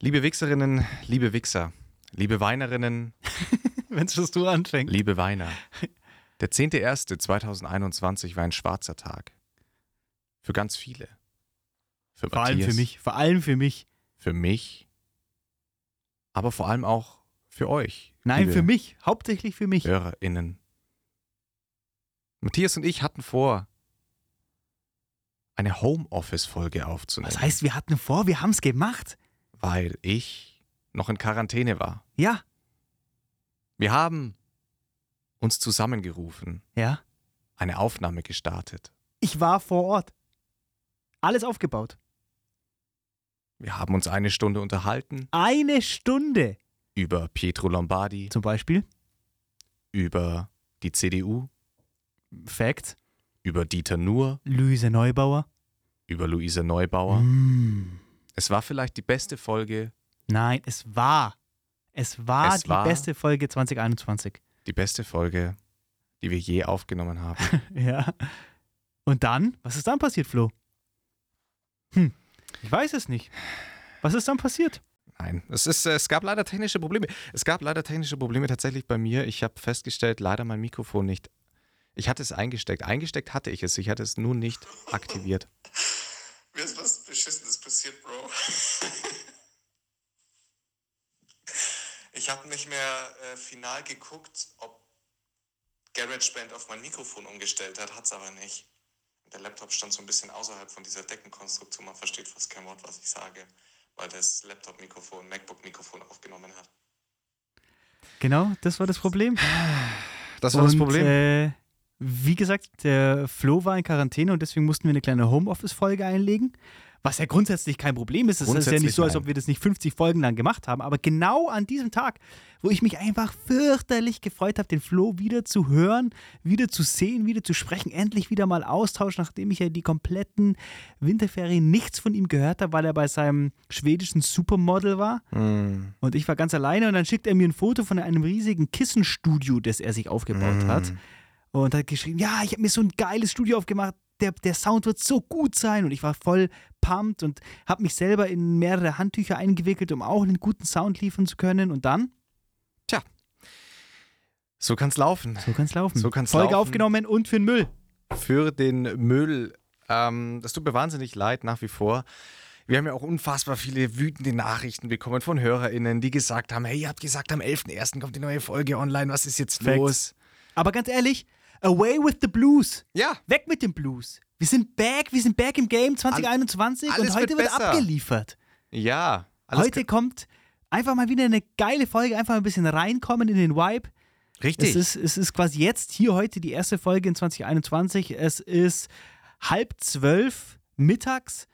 Liebe Wichserinnen, liebe Wichser, liebe Weinerinnen, Wenn es du anfängst. liebe Weiner. Der 10.01.2021 war ein schwarzer Tag. Für ganz viele. Für Vor allem Matthias, für mich. Vor allem für mich. für mich, aber vor allem auch für euch. Nein, liebe für mich. Hauptsächlich für mich. HörerInnen. Matthias und ich hatten vor, eine Homeoffice-Folge aufzunehmen, Was heißt, wir hatten vor, wir haben es gemacht? weil ich noch in Quarantäne war. Ja. Wir haben uns zusammengerufen, Ja. eine Aufnahme gestartet. Ich war vor Ort. Alles aufgebaut. Wir haben uns eine Stunde unterhalten Eine Stunde. über Pietro Lombardi, Zum Beispiel. über die CDU, Fact. über Dieter Nuhr, Luise Neubauer. über Luise Neubauer. Mm. Es war vielleicht die beste Folge, Nein, es war die beste Folge 2021. die beste Folge, die wir je aufgenommen haben. Ja. Und dann? Was ist dann passiert, Flo? Ich weiß es nicht. Was ist dann passiert? Nein, es gab leider technische Probleme. Es gab leider technische Probleme tatsächlich bei mir. Ich habe festgestellt, leider mein Mikrofon nicht. Ich hatte es eingesteckt. Eingesteckt hatte ich es. Ich hatte es nur nicht aktiviert. Mir ist was Beschissenes passiert, Bro. Ich habe nicht mehr final geguckt, ob GarageBand auf mein Mikrofon umgestellt hat, hat's aber nicht. Der Laptop stand so ein bisschen außerhalb von dieser Deckenkonstruktion. Man versteht fast kein Wort, was ich sage, weil das Laptop-Mikrofon, MacBook-Mikrofon aufgenommen hat. Genau, das war das Problem. Das war das Problem. Wie gesagt, der Flo war in Quarantäne und deswegen mussten wir eine kleine Homeoffice-Folge einlegen. Was ja grundsätzlich kein Problem ist. Es ist ja Grundsätzlich nicht so, als nein. ob wir das nicht 50 Folgen lang gemacht haben. Aber genau an diesem Tag, wo ich mich einfach fürchterlich gefreut habe, den Flo wieder zu hören, wieder zu sehen, wieder zu sprechen, endlich wieder mal austauschen, nachdem ich ja die kompletten Winterferien nichts von ihm gehört habe, weil er bei seinem schwedischen Supermodel war. Und ich war ganz alleine und dann schickt er mir ein Foto von einem riesigen Kissenstudio, das er sich aufgebaut hat. Und hat geschrieben, ja, ich habe mir so ein geiles Studio aufgemacht, der Sound wird so gut sein. Und ich war voll pumped und habe mich selber in mehrere Handtücher eingewickelt, um auch einen guten Sound liefern zu können. Und dann, Tja, so kann's laufen. so kann's laufen. So kann's Folge laufen. aufgenommen und für den Müll. Für den Müll. Das tut mir wahnsinnig leid nach wie vor. Wir haben ja auch unfassbar viele wütende Nachrichten bekommen von HörerInnen, die gesagt haben, hey, ihr habt gesagt, am 11.01. kommt die neue Folge online, was ist jetzt Facts. los? Aber ganz ehrlich, away with the blues. Ja, Weg mit dem Blues. Wir sind back im Game 2021 Alles und heute wird wird besser. abgeliefert. ja. Alles Heute kommt einfach mal wieder eine geile Folge, einfach ein bisschen reinkommen in den Vibe. richtig. Es ist quasi jetzt hier heute die erste Folge in 2021. Es ist 11:30 mittags.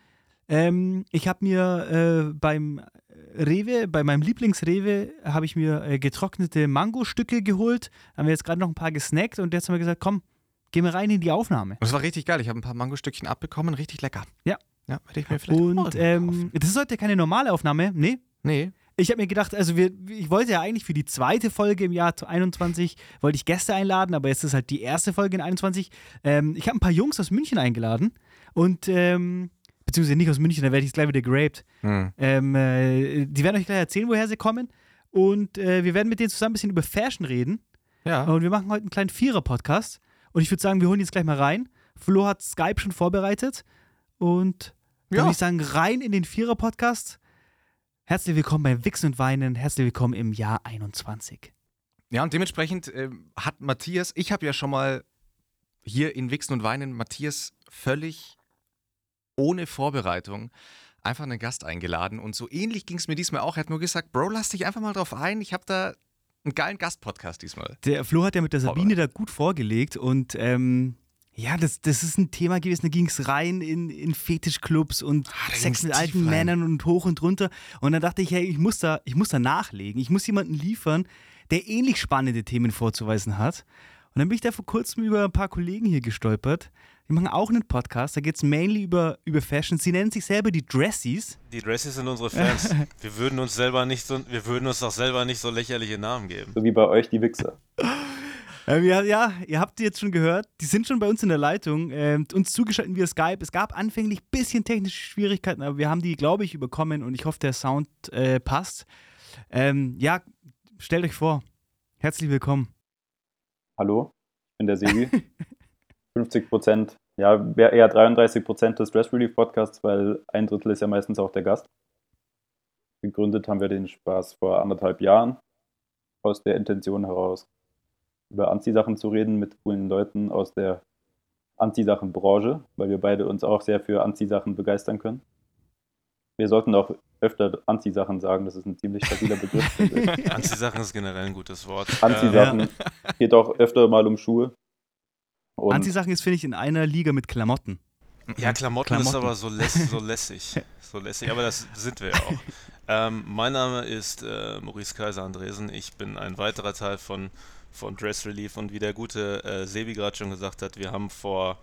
Ich habe mir beim Rewe, bei meinem Lieblingsrewe, habe ich mir getrocknete Mangostücke geholt. Haben wir jetzt gerade noch ein paar gesnackt und jetzt haben wir gesagt, komm, gehen wir rein in die Aufnahme. Das war richtig geil. Ich habe ein paar Mangostückchen abbekommen, richtig lecker. Ja. Ja, werde ich mir vielleicht Und auch mal kaufen. das ist heute keine normale Aufnahme, nee. Nee. Ich habe mir gedacht, also ich wollte ja eigentlich für die zweite Folge im Jahr 21 wollte ich Gäste einladen, aber jetzt ist halt die erste Folge in 21. Ich habe ein paar Jungs aus München eingeladen und beziehungsweise nicht aus München, da werde ich jetzt gleich wieder geraped. Die werden euch gleich erzählen, woher sie kommen und wir werden mit denen zusammen ein bisschen über Fashion reden Ja. und wir machen heute einen kleinen Vierer-Podcast und ich würde sagen, wir holen jetzt gleich mal rein. Flo hat Skype schon vorbereitet und dann Ja. würde ich sagen, rein in den Vierer-Podcast. Herzlich willkommen bei Wichsen und Weinen. Herzlich willkommen im Jahr 21. Ja, und dementsprechend hat Matthias, ich habe ja schon mal hier in Wichsen und Weinen Matthias völlig ohne Vorbereitung einfach einen Gast eingeladen. Und so ähnlich ging es mir diesmal auch. Er hat nur gesagt, Bro, lass dich einfach mal drauf ein. Ich habe da einen geilen Gast-Podcast diesmal. Der Flo hat ja mit der Sabine da gut vorgelegt und ja, das ist ein Thema gewesen, da ging es rein in Fetischclubs und da Sex ging's mit tief alten rein. Männern und hoch und runter. Und dann dachte ich, hey, ich muss da nachlegen. Ich muss jemanden liefern, der ähnlich spannende Themen vorzuweisen hat. Und dann bin ich da vor kurzem über ein paar Kollegen hier gestolpert. Die machen auch einen Podcast, da geht es mainly über Fashion. Sie nennen sich selber die Dressies. Die Dressies sind unsere Fans. Wir würden uns auch selber nicht so lächerliche Namen geben. So wie bei euch die Wichser. Ja, ihr habt die jetzt schon gehört. Die sind schon bei uns in der Leitung. Uns zugeschaltet via Skype. Es gab anfänglich ein bisschen technische Schwierigkeiten, aber wir haben die, glaube ich, überkommen und ich hoffe, der Sound passt. Ja, stellt euch vor. Herzlich willkommen. Hallo, ich bin der Sebi. 50%, ja, wäre eher 33% des Stress Relief Podcasts, weil ein Drittel ist ja meistens auch der Gast. Gegründet haben wir den Spaß vor 1,5 Jahren aus der Intention heraus, über Anziehsachen zu reden mit coolen Leuten aus der Anziehsachenbranche, weil wir beide uns auch sehr für Anziehsachen begeistern können. Wir sollten auch öfter Anziehsachen sagen, das ist ein ziemlich stabiler Begriff, finde ich. Anziehsachen ist generell ein gutes Wort. Anziehsachen geht auch öfter mal um Schuhe. Und Anziehsachen ist, finde ich, in einer Liga mit Klamotten. Ja, Klamotten ist aber so lässig. So lässig, aber das sind wir ja auch. Mein Name ist Maurice Kaiser Andresen. Ich bin ein weiterer Teil von Dress Relief und wie der gute Sebi gerade schon gesagt hat, wir haben vor,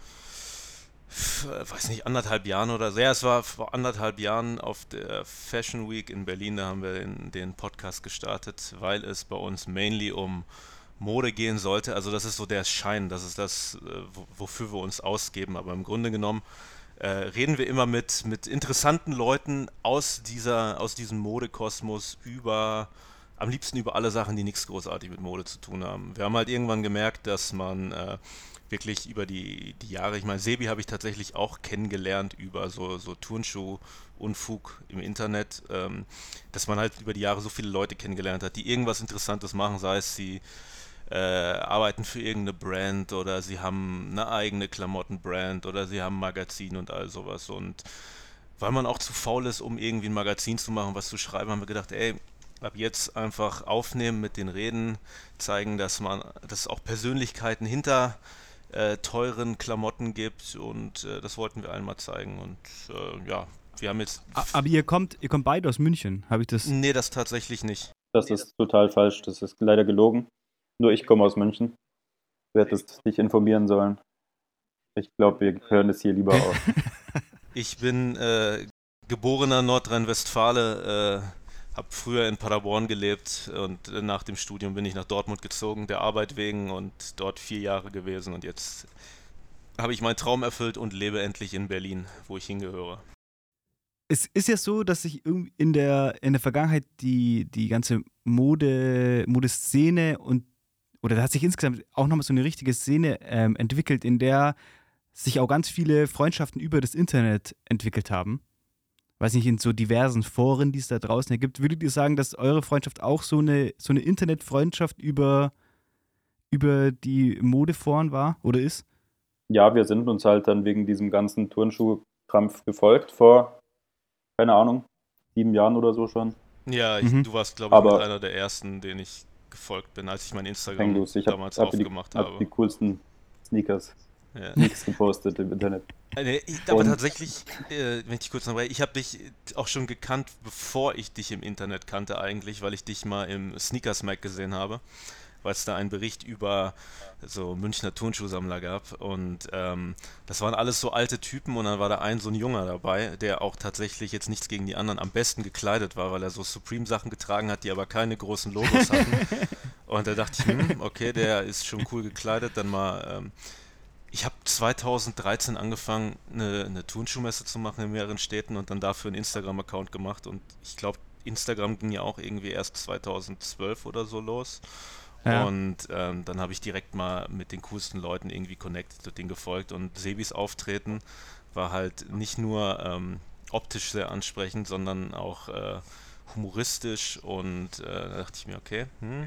weiß nicht, 1,5 Jahren oder so, ja, es war vor 1,5 Jahren auf der Fashion Week in Berlin, da haben wir den Podcast gestartet, weil es bei uns mainly um Mode gehen sollte. Also das ist so der Schein, das ist das, wofür wir uns ausgeben. Aber im Grunde genommen reden wir immer mit interessanten Leuten aus diesem Modekosmos am liebsten über alle Sachen, die nichts großartig mit Mode zu tun haben. Wir haben halt irgendwann gemerkt, dass man wirklich über die Jahre, ich meine, Sebi habe ich tatsächlich auch kennengelernt über so Turnschuh-Unfug im Internet, dass man halt über die Jahre so viele Leute kennengelernt hat, die irgendwas Interessantes machen, sei es sie arbeiten für irgendeine Brand oder sie haben eine eigene Klamottenbrand oder sie haben ein Magazin und all sowas. Und weil man auch zu faul ist, um irgendwie ein Magazin zu machen, was zu schreiben, haben wir gedacht, ey, ab jetzt einfach aufnehmen mit den Reden, zeigen, dass es auch Persönlichkeiten hinter teuren Klamotten gibt und das wollten wir einmal zeigen. Und ja, wir haben jetzt... Aber ihr kommt beide aus München, habe ich das? Nee, das tatsächlich nicht. das ist total falsch, das ist leider gelogen. Nur ich komme aus München. Du hättest dich informieren sollen. Ich glaube, wir hören es hier lieber aus. Ich bin geborener Nordrhein-Westfale, habe früher in Paderborn gelebt und nach dem Studium bin ich nach Dortmund gezogen, der Arbeit wegen und dort 4 Jahre gewesen und jetzt habe ich meinen Traum erfüllt und lebe endlich in Berlin, wo ich hingehöre. Es ist ja so, dass sich in der Vergangenheit die ganze Modeszene oder da hat sich insgesamt auch nochmal so eine richtige Szene entwickelt, in der sich auch ganz viele Freundschaften über das Internet entwickelt haben. Weiß nicht, in so diversen Foren, die es da draußen gibt. Würdet ihr sagen, dass eure Freundschaft auch so eine Internetfreundschaft über die Modeforen war oder ist? Ja, wir sind uns halt dann wegen diesem ganzen Turnschuhkrampf gefolgt vor, keine Ahnung, 7 Jahren oder so schon. Ja, du warst, glaube ich, mit einer der ersten, denen ich gefolgt bin, als ich mein Instagram damals aufgemacht habe. Ich habe die coolsten Sneakers gepostet im Internet. Aber tatsächlich, wenn ich kurz noch weiß, ich habe dich auch schon gekannt, bevor ich dich im Internet kannte eigentlich, weil ich dich mal im Sneakers Mag gesehen habe, weil es da einen Bericht über so Münchner Turnschuhsammler gab und das waren alles so alte Typen und dann war da so ein Junger dabei, der auch tatsächlich jetzt nichts gegen die anderen am besten gekleidet war, weil er so Supreme-Sachen getragen hat, die aber keine großen Logos hatten und da dachte ich, okay, der ist schon cool gekleidet, dann mal... Ich habe 2013 angefangen, eine Turnschuhmesse zu machen in mehreren Städten und dann dafür einen Instagram-Account gemacht und ich glaube, Instagram ging ja auch irgendwie erst 2012 oder so los. Ja. Und dann habe ich direkt mal mit den coolsten Leuten irgendwie connected und denen gefolgt und Sebis Auftreten war halt nicht nur optisch sehr ansprechend, sondern auch humoristisch und da dachte ich mir, okay,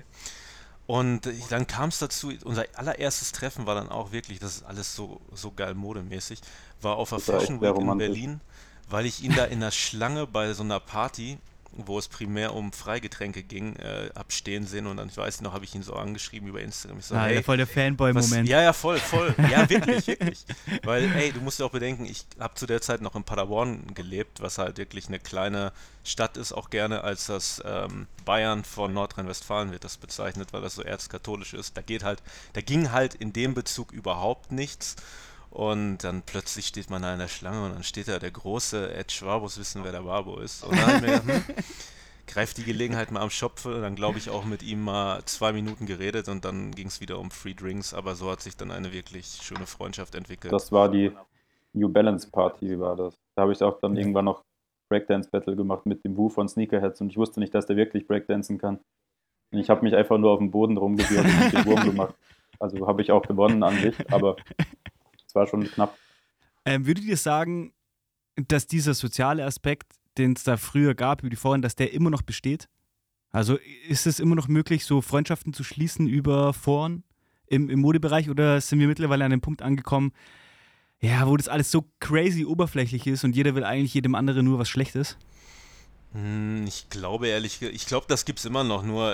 Und dann kam es dazu, unser allererstes Treffen war dann auch wirklich, das ist alles so geil modemäßig, war auf der Fashion Week in Berlin, weil ich ihn da in der Schlange bei so einer Party, wo es primär um Freigetränke ging, hab stehen sehen und dann, ich weiß noch, habe ich ihn so angeschrieben über Instagram. Ich so, hey, voll der Fanboy-Moment. Ja, voll. Ja, wirklich. Weil, ey, du musst ja auch bedenken, ich habe zu der Zeit noch in Paderborn gelebt, was halt wirklich eine kleine Stadt ist, auch gerne als das Bayern von Nordrhein-Westfalen wird das bezeichnet, weil das so erzkatholisch ist. Da ging halt in dem Bezug überhaupt nichts. Und dann plötzlich steht man da in der Schlange und dann steht da der große Ed Schwabus, wissen wer der Wabo ist. Und dann habe ich mir gedacht, greift die Gelegenheit mal am Schopfe, dann glaube ich auch mit ihm mal 2 Minuten geredet und dann ging es wieder um Free Drinks, aber so hat sich dann eine wirklich schöne Freundschaft entwickelt. Das war die New Balance Party, war das. Da habe ich auch dann irgendwann noch Breakdance Battle gemacht mit dem Wu von Sneakerheads und ich wusste nicht, dass der wirklich Breakdancen kann. Und ich habe mich einfach nur auf dem Boden rumgewirrt und den Wurm gemacht. Also habe ich auch gewonnen an sich, aber es war schon knapp. Würdet ihr sagen, dass dieser soziale Aspekt, den es da früher gab, über die Foren, dass der immer noch besteht? Also ist es immer noch möglich, so Freundschaften zu schließen über Foren im Modebereich oder sind wir mittlerweile an dem Punkt angekommen, ja, wo das alles so crazy oberflächlich ist und jeder will eigentlich jedem anderen nur was Schlechtes? Ich glaube das gibt es immer noch, nur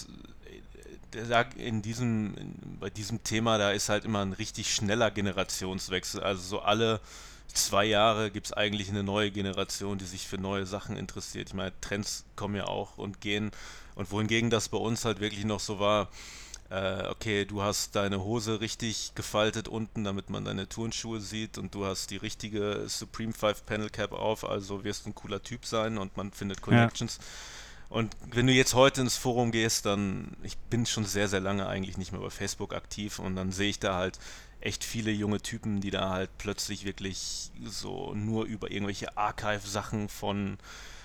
bei diesem Thema, da ist halt immer ein richtig schneller Generationswechsel. Also so alle 2 Jahre gibt es eigentlich eine neue Generation, die sich für neue Sachen interessiert. Ich meine, Trends kommen ja auch und gehen. Und wohingegen das bei uns halt wirklich noch so war, okay, du hast deine Hose richtig gefaltet unten, damit man deine Turnschuhe sieht und du hast die richtige Supreme 5 Panel Cap auf, also wirst ein cooler Typ sein und man findet Connections. Ja. Und wenn du jetzt heute ins Forum gehst, dann, ich bin schon sehr, sehr lange eigentlich nicht mehr bei Facebook aktiv und dann sehe ich da halt echt viele junge Typen, die da halt plötzlich wirklich so nur über irgendwelche Archive-Sachen von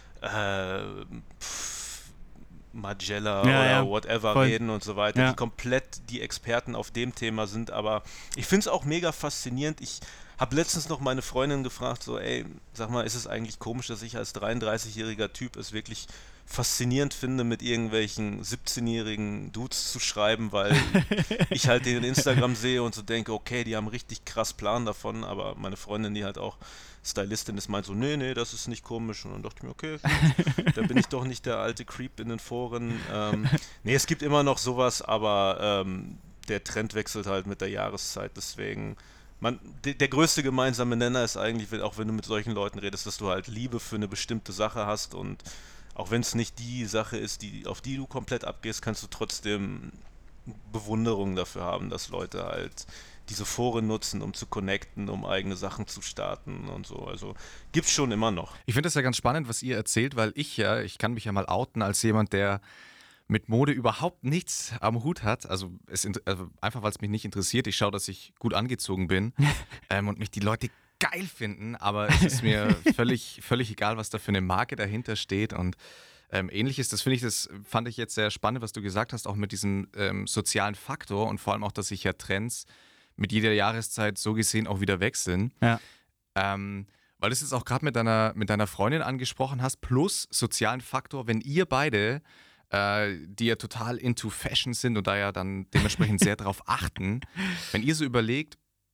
Magella oder whatever voll reden und so weiter, die komplett die Experten auf dem Thema sind, aber ich finde es auch mega faszinierend. Ich habe letztens noch meine Freundin gefragt, so, ey, sag mal, ist es eigentlich komisch, dass ich als 33-jähriger Typ es wirklich faszinierend finde, mit irgendwelchen 17-jährigen Dudes zu schreiben, weil ich halt den Instagram sehe und so denke, okay, die haben richtig krass Plan davon, aber meine Freundin, die halt auch Stylistin ist, meint so, nee, das ist nicht komisch. Und dann dachte ich mir, okay, da bin ich doch nicht der alte Creep in den Foren. Nee, es gibt immer noch sowas, aber der Trend wechselt halt mit der Jahreszeit, deswegen der größte gemeinsame Nenner ist eigentlich, auch wenn du mit solchen Leuten redest, dass du halt Liebe für eine bestimmte Sache hast und auch wenn es nicht die Sache ist, auf die du komplett abgehst, kannst du trotzdem Bewunderung dafür haben, dass Leute halt diese Foren nutzen, um zu connecten, um eigene Sachen zu starten und so. Also gibt's schon immer noch. Ich finde das ja ganz spannend, was ihr erzählt, weil ich kann mich ja mal outen als jemand, der mit Mode überhaupt nichts am Hut hat. Also einfach, weil es mich nicht interessiert. Ich schaue, dass ich gut angezogen bin und mich die Leute geil finden, aber es ist mir völlig egal, was da für eine Marke dahinter steht und Ähnliches. Das fand ich jetzt sehr spannend, was du gesagt hast, auch mit diesem sozialen Faktor und vor allem auch, dass sich ja Trends mit jeder Jahreszeit so gesehen auch wieder wechseln. Ja. Weil du es jetzt auch gerade mit deiner Freundin angesprochen hast, plus sozialen Faktor, wenn ihr beide, die ja total into Fashion sind und da ja dann dementsprechend sehr darauf achten, wenn ihr so überlegt,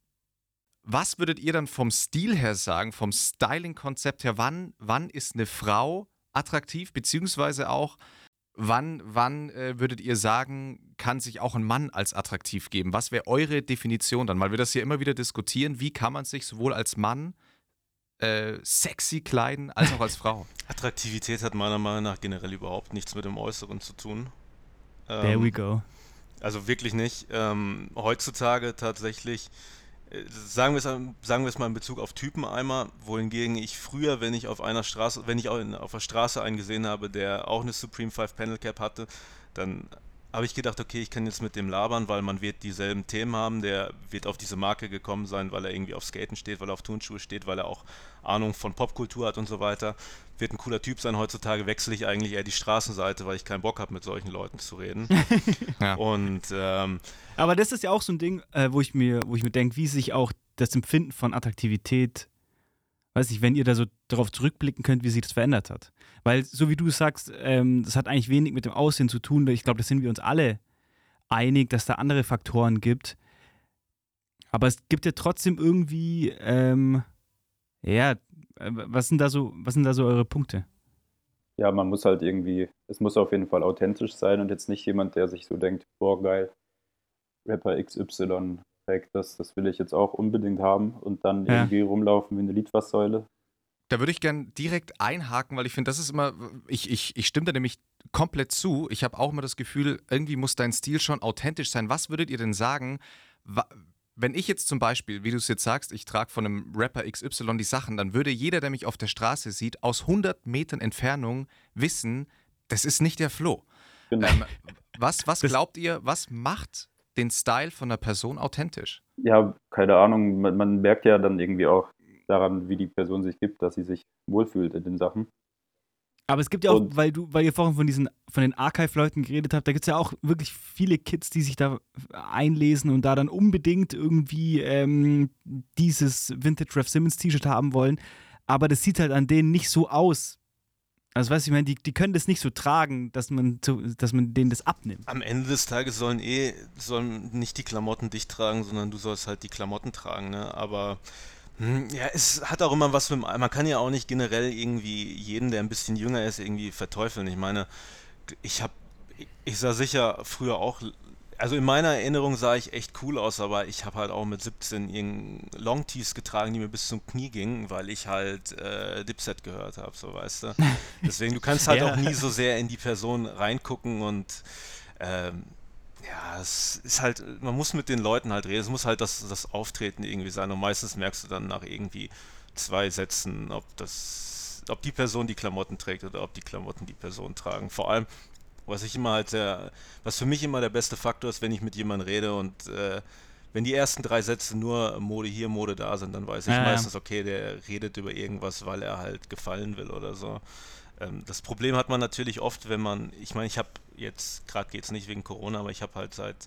was würdet ihr dann vom Stil her sagen, vom Styling-Konzept her, wann ist eine Frau attraktiv, beziehungsweise auch, wann würdet ihr sagen, kann sich auch ein Mann als attraktiv geben? Was wäre eure Definition dann? Weil wir das hier immer wieder diskutieren, wie kann man sich sowohl als Mann sexy kleiden, als auch als Frau? Attraktivität hat meiner Meinung nach generell überhaupt nichts mit dem Äußeren zu tun. There we go. Also wirklich nicht. Heutzutage tatsächlich, sagen wir es mal in Bezug auf Typen einmal, wohingegen ich früher, wenn ich auf der Straße einen gesehen habe, der auch eine Supreme 5 Panel Cap hatte, dann habe ich gedacht, okay, ich kann jetzt mit dem labern, weil man wird dieselben Themen haben, der wird auf diese Marke gekommen sein, weil er irgendwie auf Skaten steht, weil er auf Turnschuhe steht, weil er auch Ahnung von Popkultur hat und so weiter. Wird ein cooler Typ sein. Heutzutage wechsle ich eigentlich eher die Straßenseite, weil ich keinen Bock habe, mit solchen Leuten zu reden. Ja. Und aber das ist ja auch so ein Ding, wo ich mir denke, wie sich auch das Empfinden von Attraktivität, weiß ich, wenn ihr da so darauf zurückblicken könnt, wie sich das verändert hat. Weil, so wie du sagst, das hat eigentlich wenig mit dem Aussehen zu tun. Ich glaube, da sind wir uns alle einig, dass da andere Faktoren gibt. Aber es gibt ja trotzdem irgendwie, was sind da so eure Punkte? Ja, man muss halt irgendwie, es muss auf jeden Fall authentisch sein und jetzt nicht jemand, der sich so denkt, boah, geil, Rapper XY trägt das will ich jetzt auch unbedingt haben und dann irgendwie rumlaufen wie eine Litfaßsäule. Da würde ich gern direkt einhaken, weil ich finde, das ist immer, ich stimme da nämlich komplett zu. Ich habe auch immer das Gefühl, irgendwie muss dein Stil schon authentisch sein. Was würdet ihr denn sagen, wenn ich jetzt zum Beispiel, wie du es jetzt sagst, ich trage von einem Rapper XY die Sachen, dann würde jeder, der mich auf der Straße sieht, aus 100 Metern Entfernung wissen, Das ist nicht der Flo. Genau. Was glaubt ihr, was macht den Style von einer Person authentisch? Ja, keine Ahnung. Man merkt ja dann irgendwie auch daran, wie die Person sich gibt, dass sie sich wohlfühlt in den Sachen. Aber es gibt ja auch, weil ihr vorhin von den Archive-Leuten geredet habt, da gibt es ja auch wirklich viele Kids, die sich da einlesen und da dann unbedingt irgendwie dieses Vintage Raf Simons T-Shirt haben wollen. Aber das sieht halt an denen nicht so aus. Also weißt du, ich meine, die können das nicht so tragen, dass man denen das abnimmt. Am Ende des Tages sollen nicht die Klamotten dich tragen, sondern du sollst halt die Klamotten tragen, ne? Aber ja, es hat auch immer was man kann ja auch nicht generell irgendwie jeden, der ein bisschen jünger ist, irgendwie verteufeln. Ich meine, ich sah sicher früher auch, also in meiner Erinnerung sah ich echt cool aus, aber ich habe halt auch mit 17 Long-Tees getragen, die mir bis zum Knie gingen, weil ich halt Dipset gehört habe, so weißt du. Deswegen, du kannst halt auch nie so sehr in die Person reingucken und ja, es ist halt, man muss mit den Leuten halt reden, es muss halt das Auftreten irgendwie sein und meistens merkst du dann nach irgendwie 2 Sätzen, ob die Person die Klamotten trägt oder ob die Klamotten die Person tragen. Vor allem, was für mich immer der beste Faktor ist, wenn ich mit jemandem rede und wenn die ersten 3 Sätze nur Mode hier, Mode da sind, dann weiß ich meistens, okay, der redet über irgendwas, weil er halt gefallen will oder so. Das Problem hat man natürlich oft, ich meine, ich habe jetzt, gerade geht es nicht wegen Corona, aber ich habe halt seit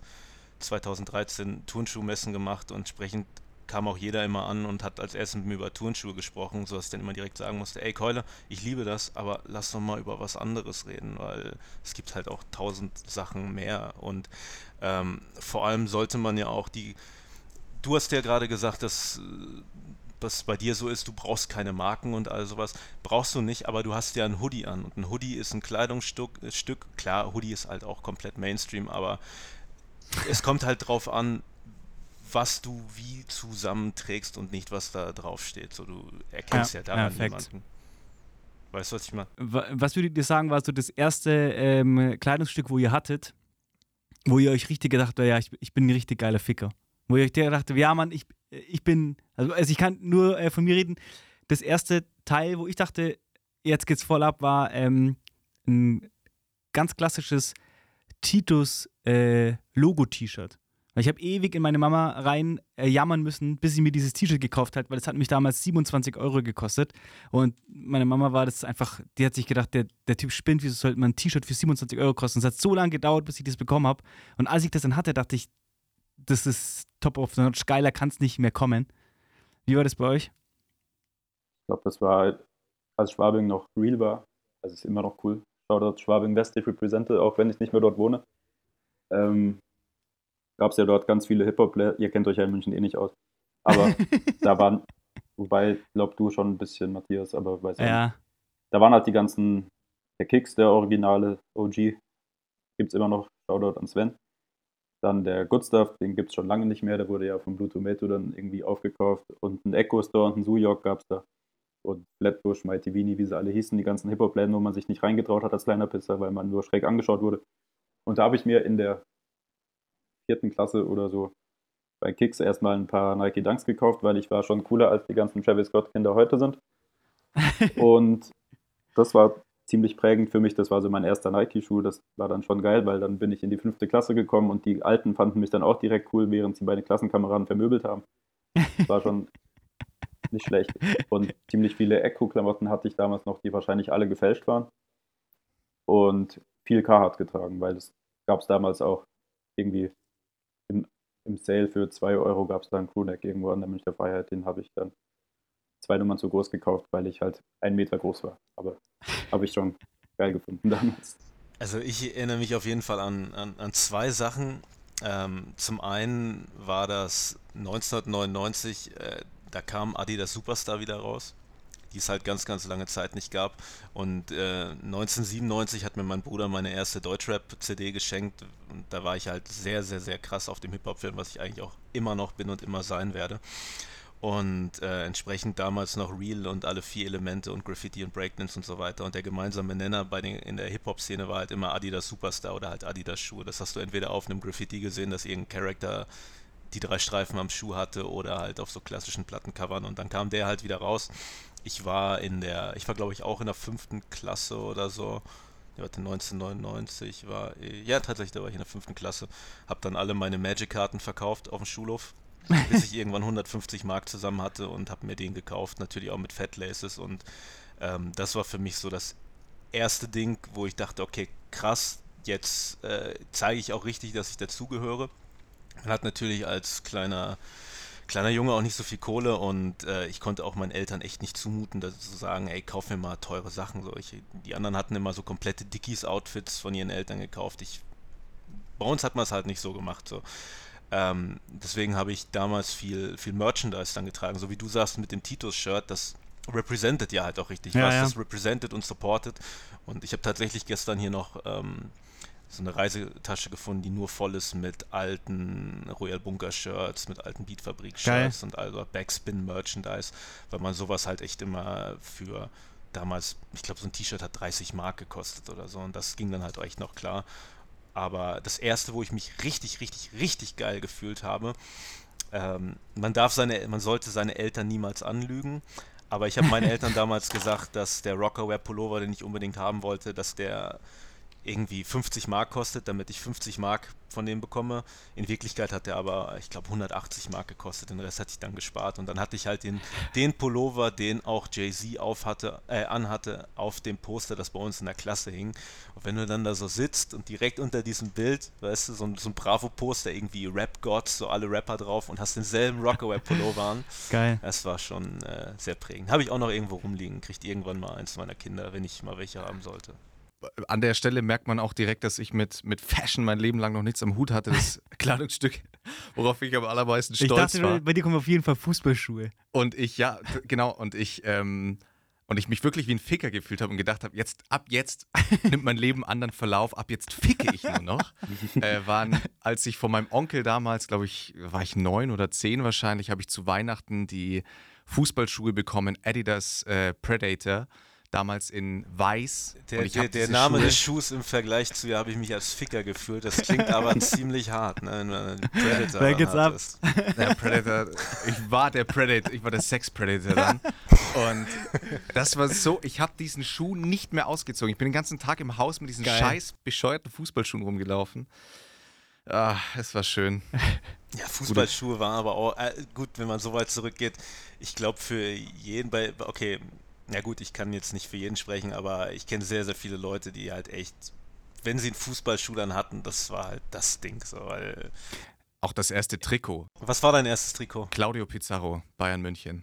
2013 Turnschuhmessen gemacht und entsprechend kam auch jeder immer an und hat als erstes mit mir über Turnschuhe gesprochen, sodass ich dann immer direkt sagen musste, ey Keule, ich liebe das, aber lass doch mal über was anderes reden, weil es gibt halt auch 1000 Sachen mehr und vor allem sollte man ja auch du hast ja gerade gesagt, dass was bei dir so ist, du brauchst keine Marken und all sowas, brauchst du nicht, aber du hast ja ein Hoodie an und ein Hoodie ist ein Kleidungsstück, klar, Hoodie ist halt auch komplett Mainstream, aber es kommt halt drauf an, was du wie zusammenträgst und nicht, was da drauf steht. So, du erkennst ja daran jemanden. Weißt du, was ich meine? Was würdet ihr sagen, war so das erste Kleidungsstück, wo ihr hattet, wo ihr euch richtig gedacht habt, ja, ich bin ein richtig geiler Ficker? Wo ihr euch gedacht habt, ja Mann, ich bin, also ich kann nur von mir reden, das erste Teil, wo ich dachte, jetzt geht's voll ab, war ein ganz klassisches Titus Logo-T-Shirt. Weil ich habe ewig in meine Mama rein jammern müssen, bis sie mir dieses T-Shirt gekauft hat, weil es hat mich damals 27 € gekostet. Und meine Mama war das einfach, die hat sich gedacht, der Typ spinnt, wieso sollte man ein T-Shirt für 27 € kosten? Es hat so lange gedauert, bis ich das bekommen habe. Und als ich das dann hatte, dachte ich, das ist top of the notch, geiler kann es nicht mehr kommen. Wie war das bei euch? Ich glaube, das war, als Schwabing noch real war, also ist immer noch cool. Shoutout Schwabing West, ich represente, auch wenn ich nicht mehr dort wohne. Gab es ja dort ganz viele Hip-Hop-Player, ihr kennt euch ja in München eh nicht aus, aber da waren, wobei, glaub du schon ein bisschen, Matthias, aber weiß ja nicht. Da waren halt die ganzen, der Kicks, der originale OG, gibt's immer noch, Shoutout an Sven. Dann der Good Stuff, den gibt's schon lange nicht mehr, der wurde ja von Blue Tomato dann irgendwie aufgekauft und ein Echo Store und ein Zoo York gab's da. Und Flatbush, Mighty Weenie, wie sie alle hießen, die ganzen Hip-Hop-Läden, wo man sich nicht reingetraut hat als kleiner Pisser, weil man nur schräg angeschaut wurde. Und da habe ich mir in der 4. Klasse oder so bei Kicks erstmal ein paar Nike Dunks gekauft, weil ich war schon cooler als die ganzen Travis Scott-Kinder heute sind. Und das war ziemlich prägend für mich. Das war so mein erster Nike-Schuh. Das war dann schon geil, weil dann bin ich in die 5. Klasse gekommen und die Alten fanden mich dann auch direkt cool, während sie meine Klassenkameraden vermöbelt haben. Das war schon nicht schlecht. Und ziemlich viele Echo-Klamotten hatte ich damals noch, die wahrscheinlich alle gefälscht waren. Und viel Carhartt getragen, weil das gab es damals auch irgendwie im Sale für 2 € gab es da einen Crewneck irgendwo an der Münchner Freiheit. Den habe ich dann 2 Nummern zu groß gekauft, weil ich halt 1 Meter groß war. Aber habe ich schon geil gefunden damals. Also ich erinnere mich auf jeden Fall an 2 Sachen. Zum einen war das 1999, da kam Adidas Superstar wieder raus, die es halt ganz, ganz lange Zeit nicht gab. Und 1997 hat mir mein Bruder meine erste Deutschrap-CD geschenkt. Und da war ich halt sehr, sehr, sehr krass auf dem Hip-Hop-Film, was ich eigentlich auch immer noch bin und immer sein werde. Und entsprechend damals noch Real und alle 4 Elemente und Graffiti und Breakdance und so weiter. Und der gemeinsame Nenner in der Hip-Hop-Szene war halt immer Adidas Superstar oder halt Adidas Schuhe. Das hast du entweder auf einem Graffiti gesehen, dass irgendein Charakter die 3 Streifen am Schuh hatte oder halt auf so klassischen Plattencovern. Und dann kam der halt wieder raus. Ich war glaube ich auch in der 5. Klasse oder so. 1999 war, ja tatsächlich, da war ich in der 5. Klasse, habe dann alle meine Magic-Karten verkauft auf dem Schulhof, bis ich irgendwann 150 Mark zusammen hatte und habe mir den gekauft, natürlich auch mit Fat Laces und das war für mich so das erste Ding, wo ich dachte, okay, krass, jetzt zeige ich auch richtig, dass ich dazugehöre. Man hat natürlich als kleiner Junge auch nicht so viel Kohle und ich konnte auch meinen Eltern echt nicht zumuten, zu sagen, ey, kauf mir mal teure Sachen. Die anderen hatten immer so komplette Dickies-Outfits von ihren Eltern gekauft. Bei uns hat man es halt nicht so gemacht. So. Deswegen habe ich damals viel Merchandise dann getragen, so wie du sagst mit dem Titus-Shirt, das represented ja halt auch richtig was. Das represented und supported. Und ich habe tatsächlich gestern hier noch so eine Reisetasche gefunden, die nur voll ist mit alten Royal Bunker Shirts, mit alten Beatfabrik Shirts und also Backspin Merchandise, weil man sowas halt echt immer für damals, ich glaube so ein T-Shirt hat 30 Mark gekostet oder so und das ging dann halt echt noch klar. Aber das erste, wo ich mich richtig, richtig, richtig geil gefühlt habe, man sollte seine Eltern niemals anlügen, aber ich habe meinen Eltern damals gesagt, dass der Rockaware Pullover, den ich unbedingt haben wollte, dass der irgendwie 50 Mark kostet, damit ich 50 Mark von dem bekomme. In Wirklichkeit hat der aber, ich glaube, 180 Mark gekostet. Den Rest hatte ich dann gespart. Und dann hatte ich halt den Pullover, den auch Jay-Z anhatte, auf dem Poster, das bei uns in der Klasse hing. Und wenn du dann da so sitzt und direkt unter diesem Bild, weißt du, so ein Bravo-Poster, irgendwie Rap-Gods, so alle Rapper drauf und hast denselben Rockaware-Pullover an. Geil. Das war schon sehr prägend. Habe ich auch noch irgendwo rumliegen. Kriegt irgendwann mal eins meiner Kinder, wenn ich mal welche haben sollte. An der Stelle merkt man auch direkt, dass ich mit Fashion mein Leben lang noch nichts am Hut hatte. Das Kleidungsstück, worauf ich am allermeisten stolz war. Ich dachte, bei dir kommen auf jeden Fall Fußballschuhe. Und ich mich wirklich wie ein Ficker gefühlt habe und gedacht habe, ab jetzt nimmt mein Leben anderen Verlauf, ab jetzt ficke ich nur noch. Als ich von meinem Onkel damals, glaube ich, war ich 9 oder 10 wahrscheinlich, habe ich zu Weihnachten die Fußballschuhe bekommen, Adidas Predator. Damals in weiß. Der Name des Schuhs im Vergleich zu dir habe ich mich als Ficker gefühlt. Das klingt aber ziemlich hart, ne? Wenn man Predator da geht's ab. Der Predator, ich war der Sex-Predator dann. Und das war so, ich habe diesen Schuh nicht mehr ausgezogen. Ich bin den ganzen Tag im Haus mit diesen scheiß bescheuerten Fußballschuhen rumgelaufen. Es war schön. Ja, Fußballschuhe waren aber auch, gut, wenn man so weit zurückgeht, ich glaube für jeden ja gut, ich kann jetzt nicht für jeden sprechen, aber ich kenne sehr, sehr viele Leute, die halt echt, wenn sie einen Fußballschuh dann hatten, das war halt das Ding. So, weil auch das erste Trikot. Was war dein erstes Trikot? Claudio Pizarro, Bayern München.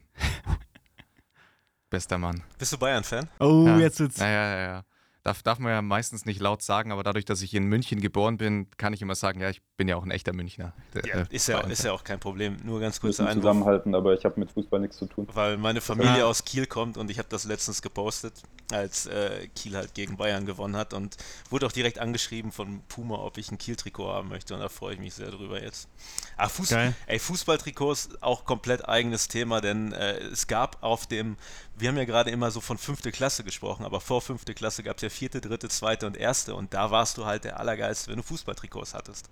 Bester Mann. Bist du Bayern-Fan? Oh, ja. Jetzt wird's... Ja. Darf man ja meistens nicht laut sagen, aber dadurch, dass ich in München geboren bin, kann ich immer sagen, ja, ich bin ja auch ein echter Münchner. Ist ja auch kein Problem. Nur ganz kurz ein. Zusammenhalten, aber ich habe mit Fußball nichts zu tun. Weil meine Familie aus Kiel kommt und ich habe das letztens gepostet, als Kiel halt gegen Bayern gewonnen hat und wurde auch direkt angeschrieben von Puma, ob ich ein Kiel-Trikot haben möchte und da freue ich mich sehr drüber jetzt. Fußballtrikots auch komplett eigenes Thema, denn es gab wir haben ja gerade immer so von 5. Klasse gesprochen, aber vor 5. Klasse gab es ja 4., 3., 2. und 1. und da warst du halt der Allergeilste, wenn du Fußballtrikots hattest.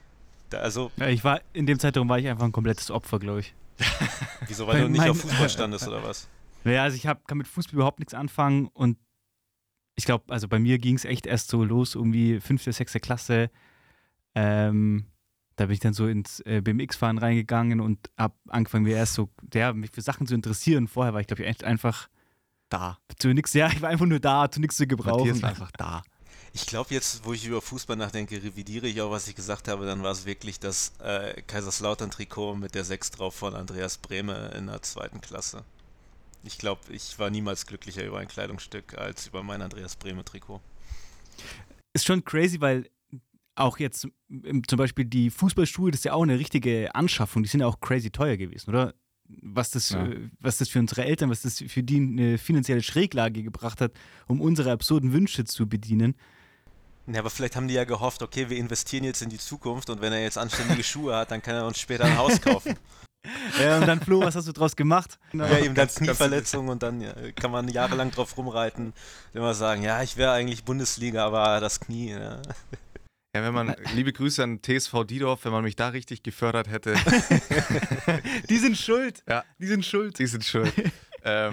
In dem Zeitraum war ich einfach ein komplettes Opfer, glaube ich. Wieso, weil du nicht auf Fußball standest oder was? Ja, also kann mit Fußball überhaupt nichts anfangen und ich glaube, also bei mir ging es echt erst so los, irgendwie 5., 6. Klasse. Da bin ich dann so ins BMX-Fahren reingegangen und habe angefangen, mich für Sachen zu interessieren. Vorher war ich, glaube ich, echt einfach da. Ich war einfach nur da, zu nichts zu gebrauchen. Matthias war einfach da. Ich glaube jetzt, wo ich über Fußball nachdenke, revidiere ich auch, was ich gesagt habe. Dann war es wirklich das Kaiserslautern-Trikot mit der 6 drauf von Andreas Brehme in der 2. Klasse. Ich glaube, ich war niemals glücklicher über ein Kleidungsstück als über mein Andreas Brehme-Trikot. Ist schon crazy, weil auch jetzt zum Beispiel die Fußballschuhe, das ist ja auch eine richtige Anschaffung, die sind ja auch crazy teuer gewesen, oder? Was das für unsere Eltern, was das für die eine finanzielle Schräglage gebracht hat, um unsere absurden Wünsche zu bedienen. Ja, aber vielleicht haben die ja gehofft, okay, wir investieren jetzt in die Zukunft und wenn er jetzt anständige Schuhe hat, dann kann er uns später ein Haus kaufen. Ja, und dann, Flo, was hast du draus gemacht? Ja, eben dann Knieverletzung und dann kann man jahrelang drauf rumreiten, immer sagen, ja, ich wäre eigentlich Bundesliga, aber das Knie, ja. Ja, liebe Grüße an TSV Diedorf, wenn man mich da richtig gefördert hätte. Die sind schuld. Ja. Die sind schuld.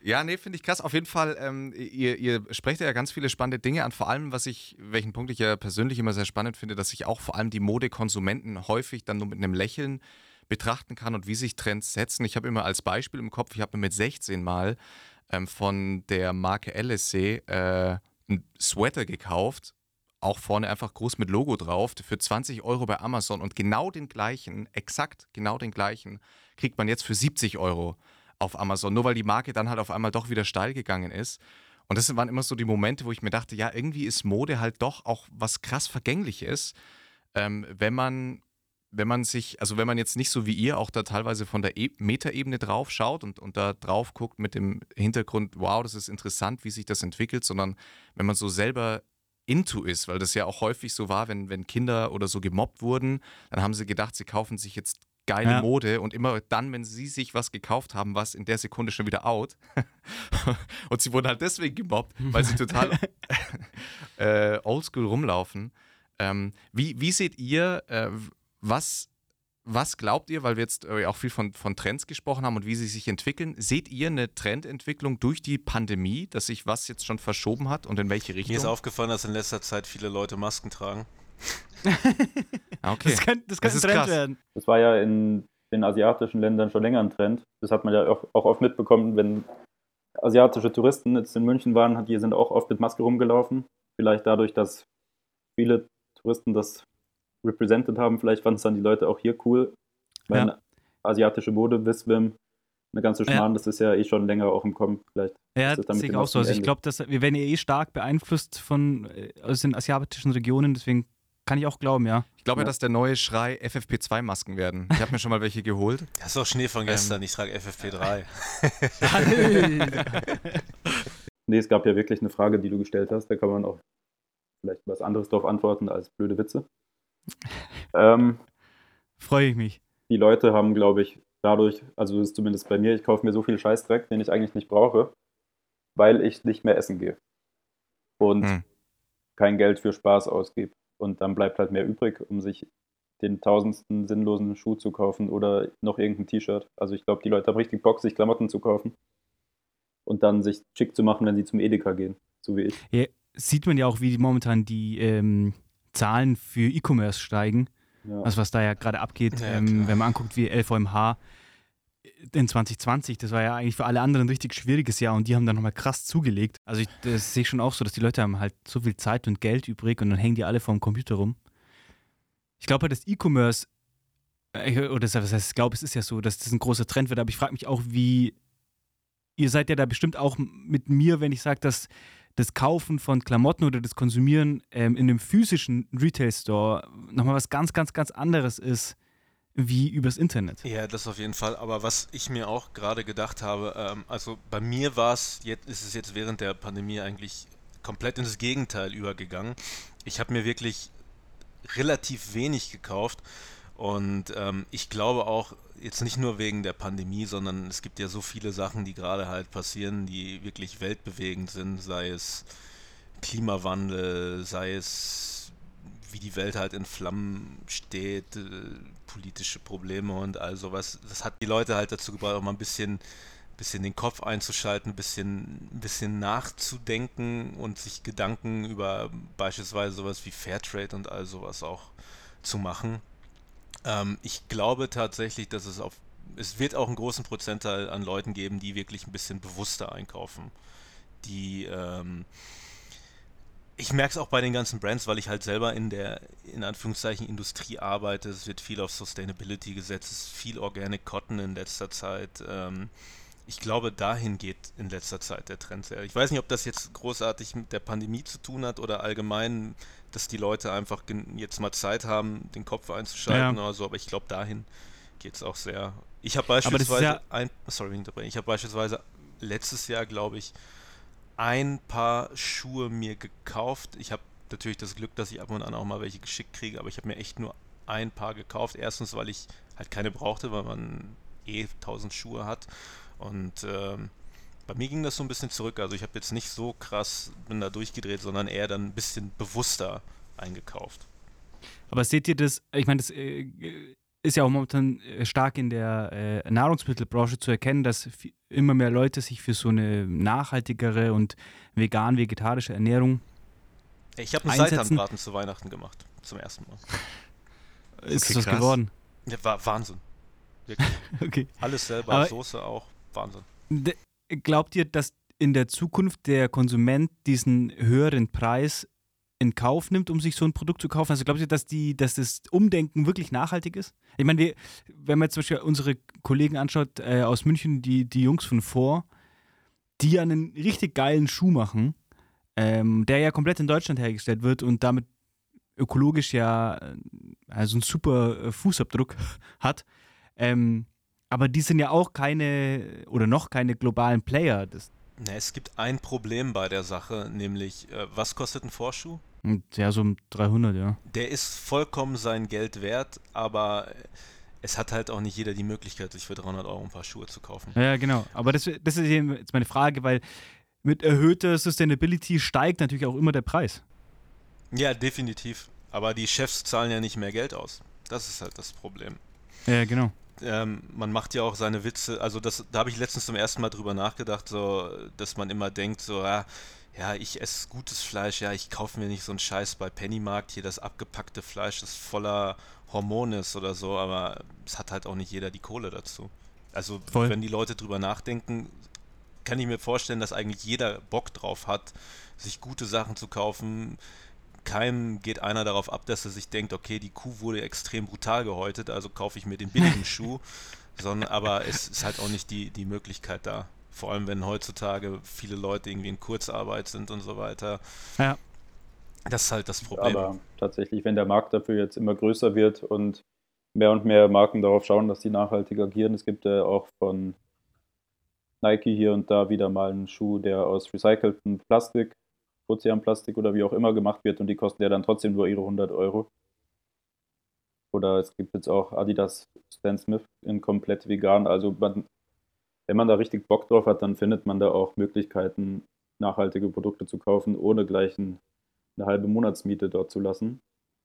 Ja, nee, finde ich krass. Auf jeden Fall, ihr sprecht ja ganz viele spannende Dinge an. Vor allem, welchen Punkt ich ja persönlich immer sehr spannend finde, dass ich auch vor allem die Modekonsumenten häufig dann nur mit einem Lächeln betrachten kann und wie sich Trends setzen. Ich habe immer als Beispiel im Kopf, ich habe mir mit 16 mal von der Marke LSC einen Sweater gekauft, auch vorne einfach groß mit Logo drauf, für 20 Euro bei Amazon und genau den gleichen, exakt genau den gleichen, kriegt man jetzt für 70 Euro auf Amazon, nur weil die Marke dann halt auf einmal doch wieder steil gegangen ist. Und das waren immer so die Momente, wo ich mir dachte, ja, irgendwie ist Mode halt doch auch was krass Vergängliches, wenn man wenn man jetzt nicht so wie ihr auch da teilweise von der Metaebene drauf schaut und da drauf guckt mit dem Hintergrund, wow, das ist interessant, wie sich das entwickelt, sondern wenn man so selber into ist, weil das ja auch häufig so war, wenn Kinder oder so gemobbt wurden, dann haben sie gedacht, sie kaufen sich jetzt geile Mode und immer dann, wenn sie sich was gekauft haben, war es in der Sekunde schon wieder out. Und sie wurden halt deswegen gemobbt, weil sie total oldschool rumlaufen. Wie seht ihr, was glaubt ihr, weil wir jetzt auch viel von Trends gesprochen haben und wie sie sich entwickeln, seht ihr eine Trendentwicklung durch die Pandemie, dass sich was jetzt schon verschoben hat und in welche Richtung? Mir ist aufgefallen, dass in letzter Zeit viele Leute Masken tragen. Okay. Das kann ein Trend krass werden. Das war ja in den asiatischen Ländern schon länger ein Trend. Das hat man ja auch oft mitbekommen, wenn asiatische Touristen jetzt in München waren, die sind auch oft mit Maske rumgelaufen. Vielleicht dadurch, dass viele Touristen das represented haben, vielleicht fanden es dann die Leute auch hier cool. Weil asiatische Mode, Wiswim, eine ganze Schmarrn, das ist ja eh schon länger auch im Kommen. Vielleicht das sehe ich auch so. Also ich glaube, wir werden ja stark beeinflusst aus den asiatischen Regionen, deswegen kann ich auch glauben, ja. Ich glaube ja, dass der neue Schrei FFP2-Masken werden. Ich habe mir schon mal welche geholt. Das ist doch Schnee von gestern, ich trage FFP3. Nee, es gab ja wirklich eine Frage, die du gestellt hast. Da kann man auch vielleicht was anderes darauf antworten als blöde Witze. Freue ich mich. Die Leute haben, glaube ich, dadurch, also das ist zumindest bei mir, ich kaufe mir so viel Scheißdreck, den ich eigentlich nicht brauche, weil ich nicht mehr essen gehe. Und kein Geld für Spaß ausgebe. Und dann bleibt halt mehr übrig, um sich den tausendsten sinnlosen Schuh zu kaufen oder noch irgendein T-Shirt. Also ich glaube, die Leute haben richtig Bock, sich Klamotten zu kaufen und dann sich schick zu machen, wenn sie zum Edeka gehen, so wie ich. Ja, sieht man ja auch, wie momentan die Zahlen für E-Commerce steigen. Ja. Also was da ja gerade abgeht, wenn man anguckt, wie LVMH in 2020, das war ja eigentlich für alle anderen ein richtig schwieriges Jahr und die haben dann nochmal krass zugelegt. Also das sehe ich schon auch so, dass die Leute haben halt so viel Zeit und Geld übrig und dann hängen die alle vorm Computer rum. Ich glaube halt, dass E-Commerce, oder was heißt, ich glaube, es ist ja so, dass das ein großer Trend wird, aber ich frage mich auch, ihr seid ja da bestimmt auch mit mir, wenn ich sage, dass das Kaufen von Klamotten oder das Konsumieren in einem physischen Retail-Store nochmal was ganz, ganz, ganz anderes ist, wie übers Internet. Ja, das auf jeden Fall. Aber was ich mir auch gerade gedacht habe, also bei mir ist es jetzt während der Pandemie eigentlich komplett ins Gegenteil übergegangen. Ich habe mir wirklich relativ wenig gekauft und ich glaube auch jetzt nicht nur wegen der Pandemie, sondern es gibt ja so viele Sachen, die gerade halt passieren, die wirklich weltbewegend sind, sei es Klimawandel, sei es wie die Welt halt in Flammen steht, politische Probleme und all sowas. Das hat die Leute halt dazu gebracht, auch mal ein bisschen den Kopf einzuschalten, ein bisschen nachzudenken und sich Gedanken über beispielsweise sowas wie Fairtrade und all sowas auch zu machen. Ich glaube tatsächlich, dass es wird auch einen großen Prozentteil an Leuten geben, die wirklich ein bisschen bewusster einkaufen. Ich merke es auch bei den ganzen Brands, weil ich halt selber in der, in Anführungszeichen, Industrie arbeite. Es wird viel auf Sustainability gesetzt, es ist viel Organic Cotton in letzter Zeit. Ich glaube, dahin geht in letzter Zeit der Trend sehr. Ich weiß nicht, ob das jetzt großartig mit der Pandemie zu tun hat oder allgemein, dass die Leute einfach jetzt mal Zeit haben, den Kopf einzuschalten oder so, aber ich glaube, dahin geht es auch sehr. Ich habe beispielsweise letztes Jahr, glaube ich, ein paar Schuhe mir gekauft. Ich habe natürlich das Glück, dass ich ab und an auch mal welche geschickt kriege, aber ich habe mir echt nur ein Paar gekauft. Erstens, weil ich halt keine brauchte, weil man 1000 Schuhe hat. Und bei mir ging das so ein bisschen zurück. Also ich habe jetzt nicht so krass, bin da durchgedreht, sondern eher dann ein bisschen bewusster eingekauft. Aber seht ihr das, ich meine, ist ja auch momentan stark in der Nahrungsmittelbranche zu erkennen, dass immer mehr Leute sich für so eine nachhaltigere und vegan-vegetarische Ernährung Ich habe einen einsetzen. Seitanbraten zu Weihnachten gemacht, zum ersten Mal. Ist Okay, das was krass. geworden? Ja, war Wahnsinn. Wirklich. Okay. Alles selber, Aber- Soße auch, Wahnsinn. Glaubt ihr, dass in der Zukunft der Konsument diesen höheren Preis in Kauf nimmt, um sich so ein Produkt zu kaufen? Also glaubt ihr, dass das Umdenken wirklich nachhaltig ist? Ich meine, wenn man jetzt zum Beispiel unsere Kollegen anschaut aus München, die Jungs von Four, die ja einen richtig geilen Schuh machen, der ja komplett in Deutschland hergestellt wird und damit ökologisch ja also einen super Fußabdruck hat. Aber die sind ja auch keine oder noch keine globalen Player. Es gibt ein Problem bei der Sache, nämlich, was kostet ein Vorschuh? Ja, so um 300, ja. Der ist vollkommen sein Geld wert, aber es hat halt auch nicht jeder die Möglichkeit, sich für 300 Euro ein paar Schuhe zu kaufen. Ja, genau. Aber das ist eben jetzt meine Frage, weil mit erhöhter Sustainability steigt natürlich auch immer der Preis. Ja, definitiv. Aber die Chefs zahlen ja nicht mehr Geld aus. Das ist halt das Problem. Ja, genau. Man macht ja auch seine Witze, also da habe ich letztens zum ersten Mal drüber nachgedacht, so, dass man immer denkt, so, ja, ich esse gutes Fleisch, ja, ich kaufe mir nicht so einen Scheiß bei Pennymarkt, hier das abgepackte Fleisch, das voller Hormone ist oder so, aber es hat halt auch nicht jeder die Kohle dazu. Also, Voll. wenn die Leute drüber nachdenken, kann ich mir vorstellen, dass eigentlich jeder Bock drauf hat, sich gute Sachen zu kaufen. Keinem geht einer darauf ab, dass er sich denkt, okay, die Kuh wurde extrem brutal gehäutet, also kaufe ich mir den billigen Schuh. Aber es ist halt auch nicht die Möglichkeit da. Vor allem, wenn heutzutage viele Leute irgendwie in Kurzarbeit sind und so weiter. Ja. Das ist halt das Problem. Aber tatsächlich, wenn der Markt dafür jetzt immer größer wird und mehr Marken darauf schauen, dass die nachhaltig agieren, es gibt ja auch von Nike hier und da wieder mal einen Schuh, der aus recyceltem Plastik, Ozeanplastik oder wie auch immer gemacht wird und die kosten ja dann trotzdem nur ihre 100 Euro. Oder es gibt jetzt auch Adidas Stan Smith in komplett vegan. Also wenn man da richtig Bock drauf hat, dann findet man da auch Möglichkeiten, nachhaltige Produkte zu kaufen, ohne gleich eine halbe Monatsmiete dort zu lassen.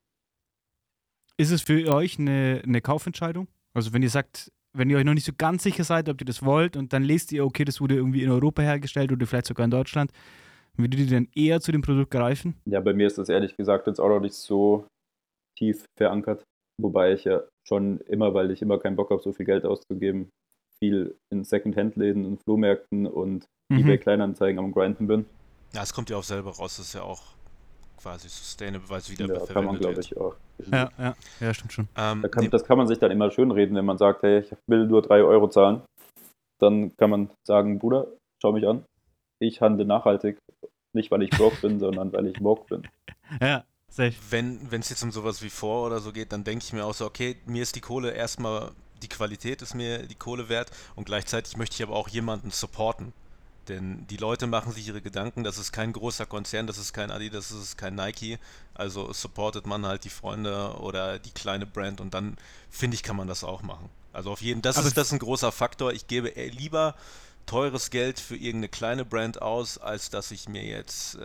Ist es für euch eine Kaufentscheidung? Also wenn ihr sagt, wenn ihr euch noch nicht so ganz sicher seid, ob ihr das wollt und dann lest ihr, okay, das wurde irgendwie in Europa hergestellt oder vielleicht sogar in Deutschland, würdet ihr dann eher zu dem Produkt greifen? Ja, bei mir ist das ehrlich gesagt jetzt auch noch nicht so tief verankert. Wobei ich ja schon immer, weil ich immer keinen Bock habe, so viel Geld auszugeben, viel in Second-Hand-Läden und Flohmärkten und eBay Kleinanzeigen am Grinden bin. Ja, es kommt ja auch selber raus, das ist ja auch quasi sustainable, weil es wieder Ja, kann man, verwendet glaube wird. ich, auch. Ja, stimmt schon. Das kann man sich dann immer schön reden, wenn man sagt, hey, ich will nur 3 Euro zahlen. Dann kann man sagen, Bruder, schau mich an. Ich handle nachhaltig. Nicht, weil ich broke bin, sondern weil ich woke bin. Ja, safe. Wenn es jetzt um sowas wie Vor oder so geht, dann denke ich mir auch so, okay, mir ist die Kohle erstmal, die Qualität ist mir die Kohle wert und gleichzeitig möchte ich aber auch jemanden supporten. Denn die Leute machen sich ihre Gedanken, das ist kein großer Konzern, das ist kein Adidas, das ist kein Nike, also supportet man halt die Freunde oder die kleine Brand und dann, finde ich, kann man das auch machen. Also auf jeden Fall, das ist ein großer Faktor, ich gebe lieber teures Geld für irgendeine kleine Brand aus, als dass ich mir jetzt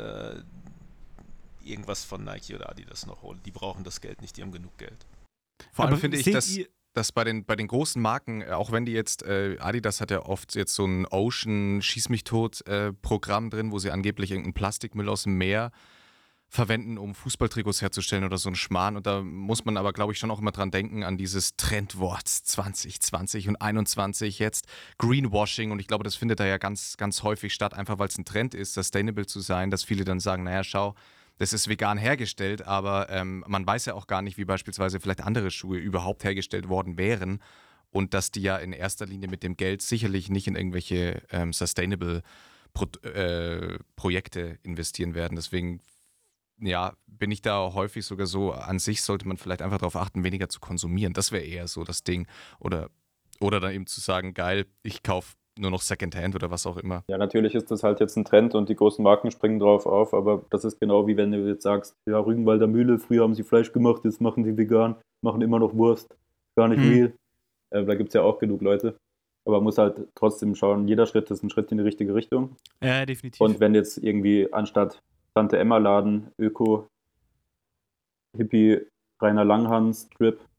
irgendwas von Nike oder Adidas noch hole. Die brauchen das Geld nicht, die haben genug Geld. Vor allem Aber finde ich, seht dass, ihr- dass bei den großen Marken, auch wenn die jetzt, Adidas hat ja oft jetzt so ein Ocean Schieß mich tot Programm drin, wo sie angeblich irgendeinen Plastikmüll aus dem Meer verwenden, um Fußballtrikots herzustellen oder so ein Schmarrn. Und da muss man aber, glaube ich, schon auch immer dran denken, an dieses Trendwort 2020 und 21 jetzt, Greenwashing. Und ich glaube, das findet da ja ganz, ganz häufig statt, einfach weil es ein Trend ist, sustainable zu sein, dass viele dann sagen, naja, schau, das ist vegan hergestellt, aber man weiß ja auch gar nicht, wie beispielsweise vielleicht andere Schuhe überhaupt hergestellt worden wären und dass die ja in erster Linie mit dem Geld sicherlich nicht in irgendwelche sustainable Projekte investieren werden. Deswegen ja, bin ich da häufig sogar so, an sich sollte man vielleicht einfach darauf achten, weniger zu konsumieren. Das wäre eher so das Ding. Oder dann eben zu sagen, geil, ich kaufe nur noch Secondhand oder was auch immer. Ja, natürlich ist das halt jetzt ein Trend und die großen Marken springen drauf auf, aber das ist genau wie wenn du jetzt sagst, ja, Rügenwalder Mühle, früher haben sie Fleisch gemacht, jetzt machen sie vegan, machen immer noch Wurst, gar nicht real. Da gibt es ja auch genug Leute. Aber man muss halt trotzdem schauen, jeder Schritt ist ein Schritt in die richtige Richtung. Ja, definitiv. Und wenn jetzt irgendwie anstatt Tante Emma Laden, Öko, Hippie, Rainer Langhans, Strip,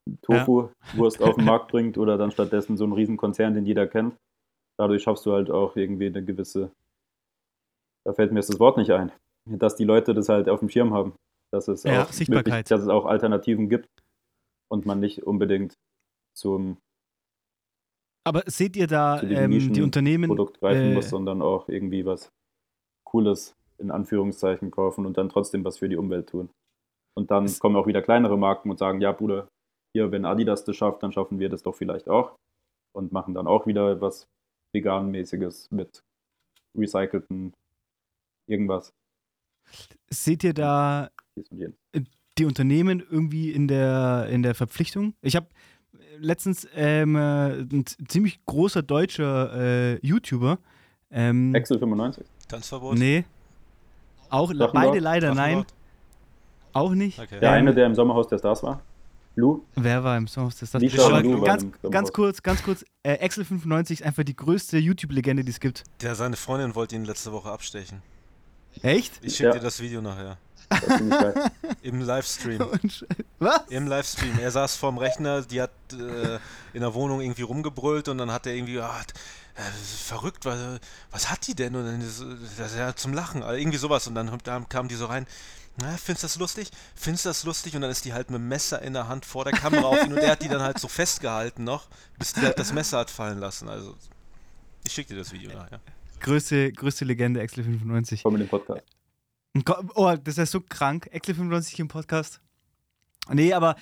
Tofu-Wurst auf den Markt bringt oder dann stattdessen so einen Riesenkonzern, den jeder kennt. Dadurch schaffst du halt auch irgendwie eine gewisse, da fällt mir jetzt das Wort nicht ein, dass die Leute das halt auf dem Schirm haben, dass es auch Sichtbarkeit. dass es auch Alternativen gibt und man nicht unbedingt zum Aber seht ihr da die Unternehmen Produkt greifen muss, sondern auch irgendwie was Cooles in Anführungszeichen kaufen und dann trotzdem was für die Umwelt tun. Und dann kommen auch wieder kleinere Marken und sagen, ja Bruder, hier, wenn Adidas das schafft, dann schaffen wir das doch vielleicht auch und machen dann auch wieder was Vegan-mäßiges mit recycelten irgendwas. Seht ihr da die Unternehmen irgendwie in der Verpflichtung? Ich habe letztens ein ziemlich großer deutscher YouTuber. Excel 95? Tanzverbot? Nee. Auch beide leider nein. Auch nicht. Okay. Der eine, der im Sommerhaus der Stars war. Lou? Wer war im Sommerhaus der Stars? Ganz kurz. Excel 95 ist einfach die größte YouTube-Legende, die es gibt. Seine Freundin wollte ihn letzte Woche abstechen. Echt? Ich schicke dir das Video nachher. Das finde ich geil. Im Livestream. Was? Im Livestream. Er saß vorm Rechner, die hat in der Wohnung irgendwie rumgebrüllt und dann hat er irgendwie, verrückt, was hat die denn? Und dann das ist ja zum Lachen, also irgendwie sowas. Und dann kamen die so rein, findest du das lustig? Findest du das lustig? Und dann ist die halt mit dem Messer in der Hand vor der Kamera auf ihn und er hat die dann halt so festgehalten noch, bis die halt das Messer hat fallen lassen. Also, ich schicke dir das Video nachher. Größte Legende, Excel 95. Komm in den Podcast. Oh, das ist so krank. Excel 95 im Podcast. Nee, aber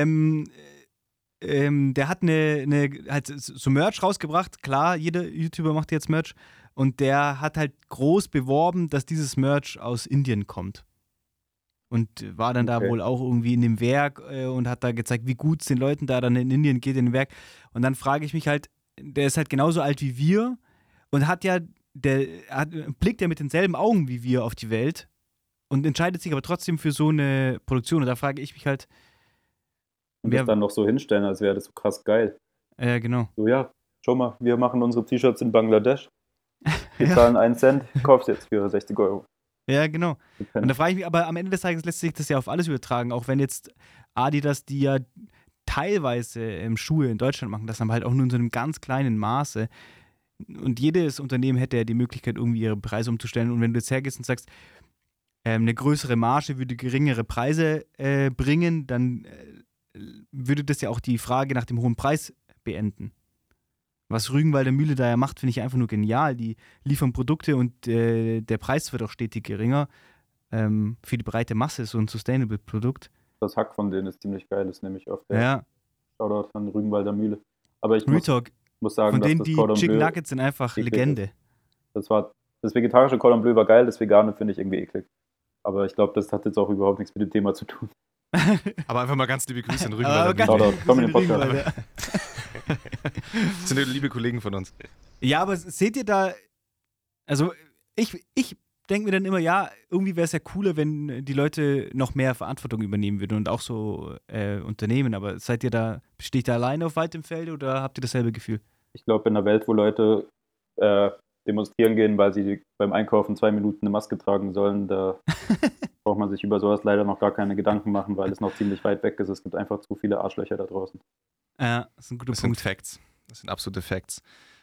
der hat halt so Merch rausgebracht. Klar, jeder YouTuber macht jetzt Merch. Und der hat halt groß beworben, dass dieses Merch aus Indien kommt. Und war dann da wohl auch irgendwie in dem Werk und hat da gezeigt, wie gut es den Leuten da dann in Indien geht, in dem Werk. Und dann frage ich mich halt, der ist halt genauso alt wie wir und blickt ja mit denselben Augen wie wir auf die Welt und entscheidet sich aber trotzdem für so eine Produktion. Und da frage ich mich halt. Und das dann noch so hinstellen, als wäre das so krass geil. Ja, genau. So, ja, schau mal, wir machen unsere T-Shirts in Bangladesch. Wir zahlen 1 Cent, kaufst jetzt für 60 Euro. Ja, genau. Und da frage ich mich, aber am Ende des Tages lässt sich das ja auf alles übertragen, auch wenn jetzt Adidas, die ja teilweise Schuhe in Deutschland machen, das aber halt auch nur in so einem ganz kleinen Maße. Und jedes Unternehmen hätte ja die Möglichkeit, irgendwie ihre Preise umzustellen. Und wenn du jetzt hergehst und sagst, eine größere Marge würde geringere Preise bringen, dann würde das ja auch die Frage nach dem hohen Preis beenden. Was Rügenwalder Mühle da ja macht, finde ich einfach nur genial. Die liefern Produkte und der Preis wird auch stetig geringer. Für die breite Masse so ein Sustainable-Produkt. Das Hack von denen ist ziemlich geil, das nehme ich oft. Ja. Shoutout von Rügenwalder Mühle. Aber ich muss sagen, von dass denen das die Cordon Chicken Bleu Nuggets sind einfach Legende. Das vegetarische Cordon Bleu war geil, das vegane finde ich irgendwie eklig. Aber ich glaube, das hat jetzt auch überhaupt nichts mit dem Thema zu tun. Aber einfach mal ganz liebe Grüße in Rügenwalder. Shoutout, komm in den Podcast. Das sind liebe Kollegen von uns. Ja, aber seht ihr da, also ich denke mir dann immer, ja, irgendwie wäre es ja cooler, wenn die Leute noch mehr Verantwortung übernehmen würden und auch so Unternehmen, aber steht ihr da alleine auf weitem Feld oder habt ihr dasselbe Gefühl? Ich glaube, in einer Welt, wo Leute demonstrieren gehen, weil sie beim Einkaufen 2 Minuten eine Maske tragen sollen, da braucht man sich über sowas leider noch gar keine Gedanken machen, weil es noch ziemlich weit weg ist. Es gibt einfach zu viele Arschlöcher da draußen. Ja, das ist ein guter Punkt. Das sind Facts. Das sind absolute Facts.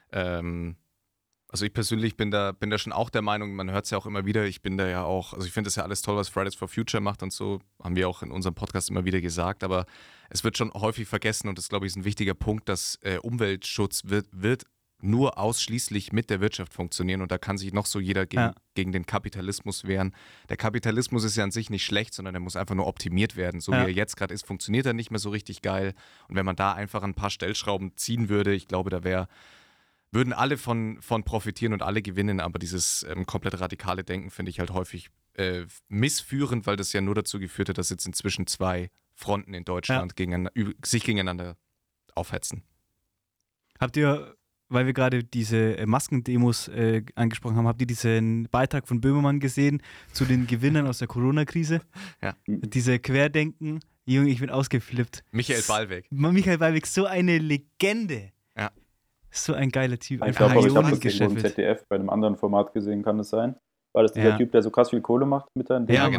Also ich persönlich bin da schon auch der Meinung, man hört es ja auch immer wieder, ich bin da ja auch, also ich finde das ja alles toll, was Fridays for Future macht und so, haben wir auch in unserem Podcast immer wieder gesagt, aber es wird schon häufig vergessen und das, glaube ich, ist ein wichtiger Punkt, dass Umweltschutz wird nur ausschließlich mit der Wirtschaft funktionieren und da kann sich noch so jeder gegen den Kapitalismus wehren. Der Kapitalismus ist ja an sich nicht schlecht, sondern der muss einfach nur optimiert werden. So wie er jetzt gerade ist, funktioniert er nicht mehr so richtig geil und wenn man da einfach ein paar Stellschrauben ziehen würde, ich glaube, würden alle von profitieren und alle gewinnen, aber dieses komplett radikale Denken finde ich halt häufig missführend, weil das ja nur dazu geführt hat, dass jetzt inzwischen 2 Fronten in Deutschland sich gegeneinander aufhetzen. Habt ihr, weil wir gerade diese Maskendemos angesprochen haben, habt ihr diesen Beitrag von Böhmermann gesehen zu den Gewinnern aus der Corona-Krise? Ja. Diese Querdenken, Junge, ich bin ausgeflippt. Michael Ballweg. Michael Ballweg, so eine Legende. Ja. So ein geiler Typ. Ich glaube, ich habe das irgendwo im ZDF bei einem anderen Format gesehen, kann es sein? War das dieser Typ, der so krass viel Kohle macht mit seinen Ja, genau.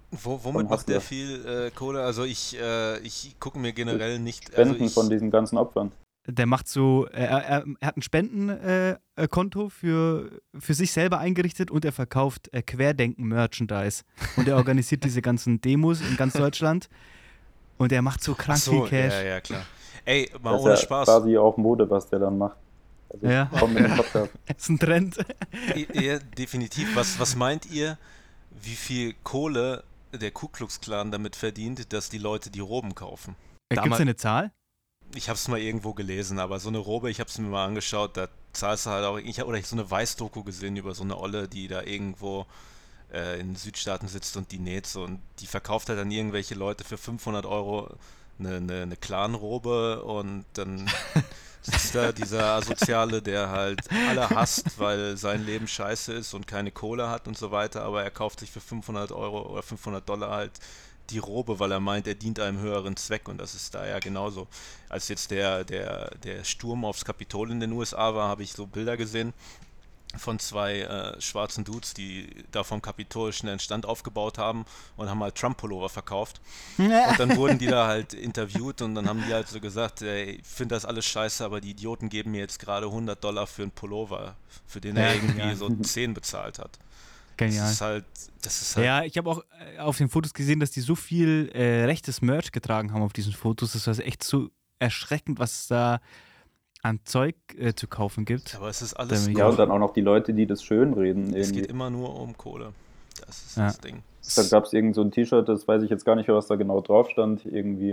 Womit macht der viel Kohle? Also ich gucke mir generell nicht... Spenden von diesen ganzen Opfern. Der macht so, er hat ein Spendenkonto für sich selber eingerichtet und er verkauft Querdenken-Merchandise. Und er organisiert diese ganzen Demos in ganz Deutschland. Und er macht so krank viel Cash. Ja, klar. Ey, mal das ohne ist ja Spaß. Quasi auch Mode, was der dann macht. Also Ja. Komm in den Podcast. Das ist ein Trend. Ja, definitiv. Was meint ihr, wie viel Kohle der Ku Klux Klan damit verdient, dass die Leute die Roben kaufen? Gibt es eine Zahl? Ich habe es mal irgendwo gelesen, aber so eine Robe, ich habe es mir mal angeschaut, da zahlst du halt auch, ich habe so eine Weißdoku gesehen über so eine Olle, die da irgendwo in den Südstaaten sitzt und die näht so und die verkauft halt an irgendwelche Leute für 500 € eine Clan-Robe und dann sitzt da dieser Asoziale, der halt alle hasst, weil sein Leben scheiße ist und keine Kohle hat und so weiter, aber er kauft sich für 500 € oder $500 halt die Robe, weil er meint, er dient einem höheren Zweck und das ist da ja genauso. Als jetzt der Sturm aufs Kapitol in den USA war, habe ich so Bilder gesehen von zwei schwarzen Dudes, die da vom Kapitol schnell einen Stand aufgebaut haben und haben halt Trump-Pullover verkauft. Und dann wurden die da halt interviewt und dann haben die halt so gesagt, ey, ich finde das alles scheiße, aber die Idioten geben mir jetzt gerade $100 für einen Pullover, für den er irgendwie so 10 bezahlt hat. Genial. Das ist halt ja, ich habe auch auf den Fotos gesehen, dass die so viel rechtes Merch getragen haben auf diesen Fotos. Das war echt so erschreckend, was es da an Zeug zu kaufen gibt. Aber es ist alles Ja, und dann auch noch die Leute, die das schön reden. Irgendwie. Es geht immer nur um Kohle. Das ist das Ding. Da gab es irgend so ein T-Shirt, das weiß ich jetzt gar nicht, was da genau drauf stand. Irgendwie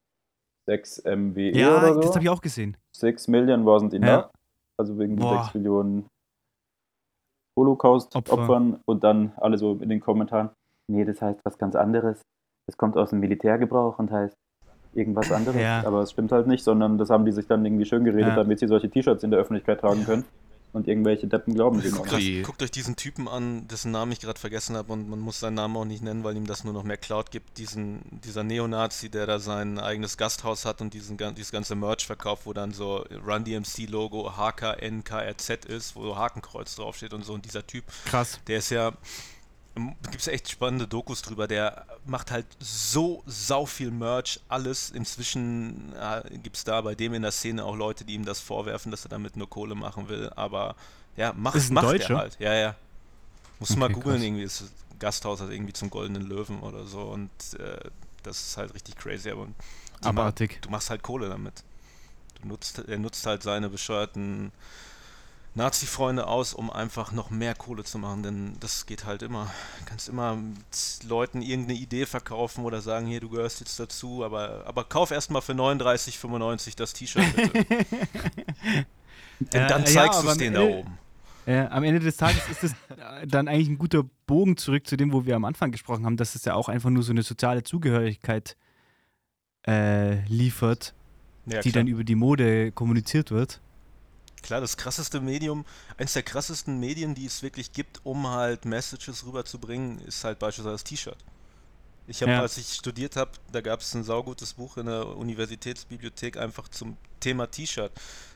6 MWE oder so. Ja, das habe ich auch gesehen. 6 Million wasn't enough. Also wegen 6 Millionen Holocaust-Opfern und dann alle so in den Kommentaren, nee, das heißt was ganz anderes. Das kommt aus dem Militärgebrauch und heißt irgendwas anderes. Ja. Aber es stimmt halt nicht, sondern das haben die sich dann irgendwie schön geredet, damit sie solche T-Shirts in der Öffentlichkeit tragen können. Und irgendwelche Deppen glauben sie noch. Guckt euch diesen Typen an, dessen Namen ich gerade vergessen habe und man muss seinen Namen auch nicht nennen, weil ihm das nur noch mehr Clout gibt. Dieser Neonazi, der da sein eigenes Gasthaus hat und dieses ganze Merch verkauft, wo dann so Run DMC-Logo HKNKRZ ist, wo Hakenkreuz draufsteht und so. Und dieser Typ, krass, der ist ja, gibt es echt spannende Dokus drüber, der macht halt so sau viel Merch, alles. Inzwischen gibt es da bei dem in der Szene auch Leute, die ihm das vorwerfen, dass er damit nur Kohle machen will, aber ja, macht er halt. Ja. Muss mal googeln, irgendwie das Gasthaus hat irgendwie zum Goldenen Löwen oder so und das ist halt richtig crazy, aber abartig. Du machst halt Kohle damit. Er nutzt halt seine bescheuerten Nazi-Freunde aus, um einfach noch mehr Kohle zu machen, denn das geht halt immer. Du kannst immer mit Leuten irgendeine Idee verkaufen oder sagen, hier, du gehörst jetzt dazu, aber kauf erstmal für 39,95 das T-Shirt bitte. Denn dann zeigst du es denen da oben. Ja, am Ende des Tages ist es dann eigentlich ein guter Bogen zurück zu dem, wo wir am Anfang gesprochen haben, dass es ja auch einfach nur so eine soziale Zugehörigkeit liefert, die dann über die Mode kommuniziert wird. Klar, das krasseste Medium, eines der krassesten Medien, die es wirklich gibt, um halt Messages rüberzubringen, ist halt beispielsweise das T-Shirt. Ich habe, als ich studiert habe, da gab es ein saugutes Buch in der Universitätsbibliothek einfach zum Thema T-Shirt.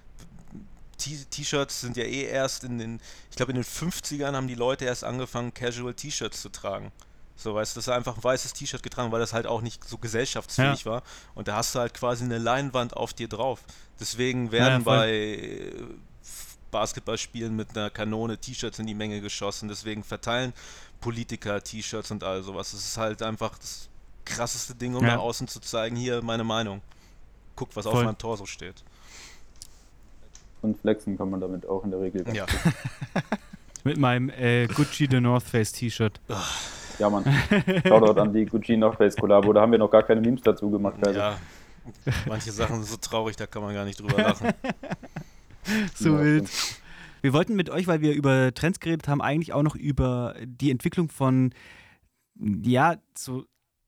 T-Shirts sind ja erst ich glaube in den 50ern haben die Leute erst angefangen, Casual T-Shirts zu tragen. So, weißt du, dass er einfach ein weißes T-Shirt getragen, weil das halt auch nicht so gesellschaftsfähig war. Und da hast du halt quasi eine Leinwand auf dir drauf. Deswegen werden bei Basketballspielen mit einer Kanone T-Shirts in die Menge geschossen. Deswegen verteilen Politiker T-Shirts und all sowas. Das ist halt einfach das krasseste Ding, um nach außen zu zeigen, hier meine Meinung. Guck, was auf meinem Torso steht. Und flexen kann man damit auch in der Regel. Ja. Mit meinem Gucci The North Face T-Shirt. Ja, Mann. Shoutout an die Gucci North Face Kollabo. Da haben wir noch gar keine Memes dazu gemacht. Also. Ja, manche Sachen sind so traurig, da kann man gar nicht drüber lachen. So wild. Wir wollten mit euch, weil wir über Trends geredet haben, eigentlich auch noch über die Entwicklung von, so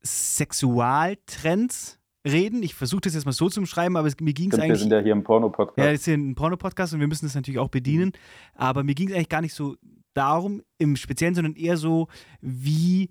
Sexualtrends reden. Ich versuche das jetzt mal so zu schreiben, aber mir ging es eigentlich... Wir sind ja hier im Porno-Podcast. Ja, das ist hier ein Porno-Podcast und wir müssen das natürlich auch bedienen. Aber mir ging es eigentlich gar nicht so darum im Speziellen, sondern eher so, wie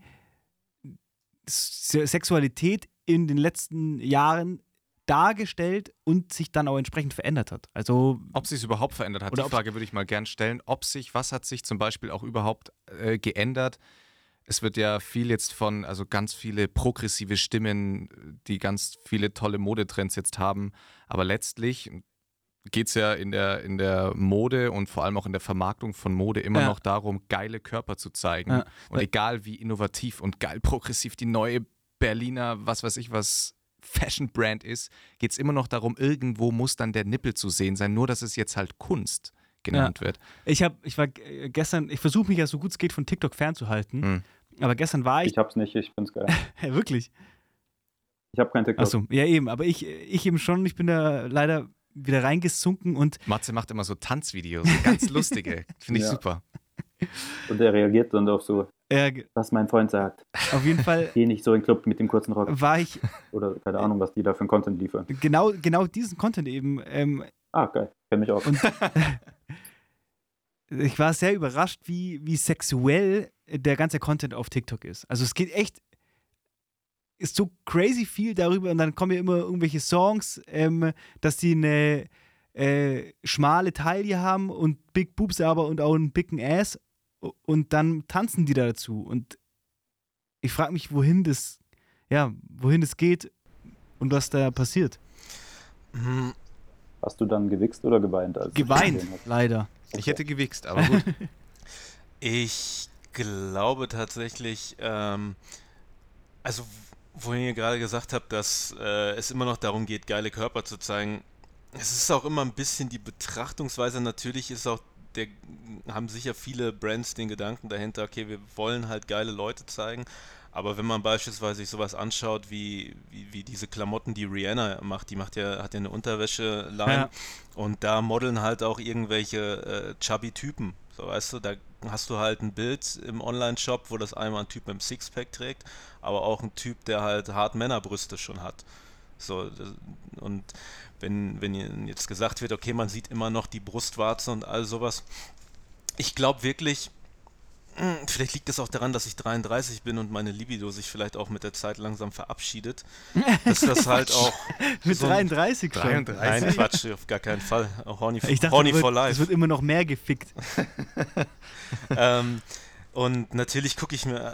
Sexualität in den letzten Jahren dargestellt und sich dann auch entsprechend verändert hat. Also ob sich es überhaupt verändert hat, die Frage würde ich mal gern stellen. Was hat sich zum Beispiel auch überhaupt geändert Es wird ja viel jetzt also ganz viele progressive Stimmen, die ganz viele tolle Modetrends jetzt haben. Aber letztlich geht es ja in der Mode und vor allem auch in der Vermarktung von Mode immer noch darum, geile Körper zu zeigen. Ja. Und egal wie innovativ und geil progressiv die neue Berliner, was weiß ich was, Fashion-Brand ist, geht es immer noch darum, irgendwo muss dann der Nippel zu sehen sein, nur dass es jetzt halt Kunst genannt wird. Ich war gestern, ich versuche mich ja so gut es geht von TikTok fernzuhalten, aber gestern war ich... Ich hab's nicht, ich find's geil. Wirklich? Ich habe kein TikTok. Achso, ja eben, aber ich eben schon, ich bin da leider wieder reingesunken und... Matze macht immer so Tanzvideos, ganz lustige, finde ich super. Und er reagiert dann auf so, was mein Freund sagt. Auf jeden Fall. Geh nicht so in den Club mit dem kurzen Rock. War ich. Oder keine Ahnung, was die da für einen Content liefern. Genau diesen Content eben. Geil. Kenn mich auch. Und ich war sehr überrascht, wie sexuell der ganze Content auf TikTok ist. Also es geht echt, ist so crazy viel darüber und dann kommen ja immer irgendwelche Songs, dass die eine schmale Taille haben und Big Boobs aber und auch einen bigen Ass. Und dann tanzen die da dazu. Und ich frage mich, wohin das geht und was da passiert. Hast du dann gewichst oder geweint? Geweint, leider. Okay. Ich hätte gewichst, aber gut. Ich glaube tatsächlich, also wohin ihr gerade gesagt habt, dass es immer noch darum geht, geile Körper zu zeigen. Es ist auch immer ein bisschen die Betrachtungsweise. Natürlich ist auch haben sicher viele Brands den Gedanken dahinter, okay, wir wollen halt geile Leute zeigen, aber wenn man beispielsweise sich sowas anschaut, wie diese Klamotten, die Rihanna macht, hat ja eine Unterwäsche-Line und da modeln halt auch irgendwelche chubby Typen, so weißt du, da hast du halt ein Bild im Online-Shop, wo das einmal ein Typ mit einem Sixpack trägt, aber auch ein Typ, der halt hart Männerbrüste schon hat. So, und wenn jetzt gesagt wird, okay, man sieht immer noch die Brustwarze und all sowas, ich glaube wirklich, vielleicht liegt es auch daran, dass ich 33 bin und meine Libido sich vielleicht auch mit der Zeit langsam verabschiedet, dass das halt auch... Mit so 33 schon? 33? Nein, Quatsch, auf gar keinen Fall. Horny for life. Es wird immer noch mehr gefickt. Und natürlich gucke ich mir...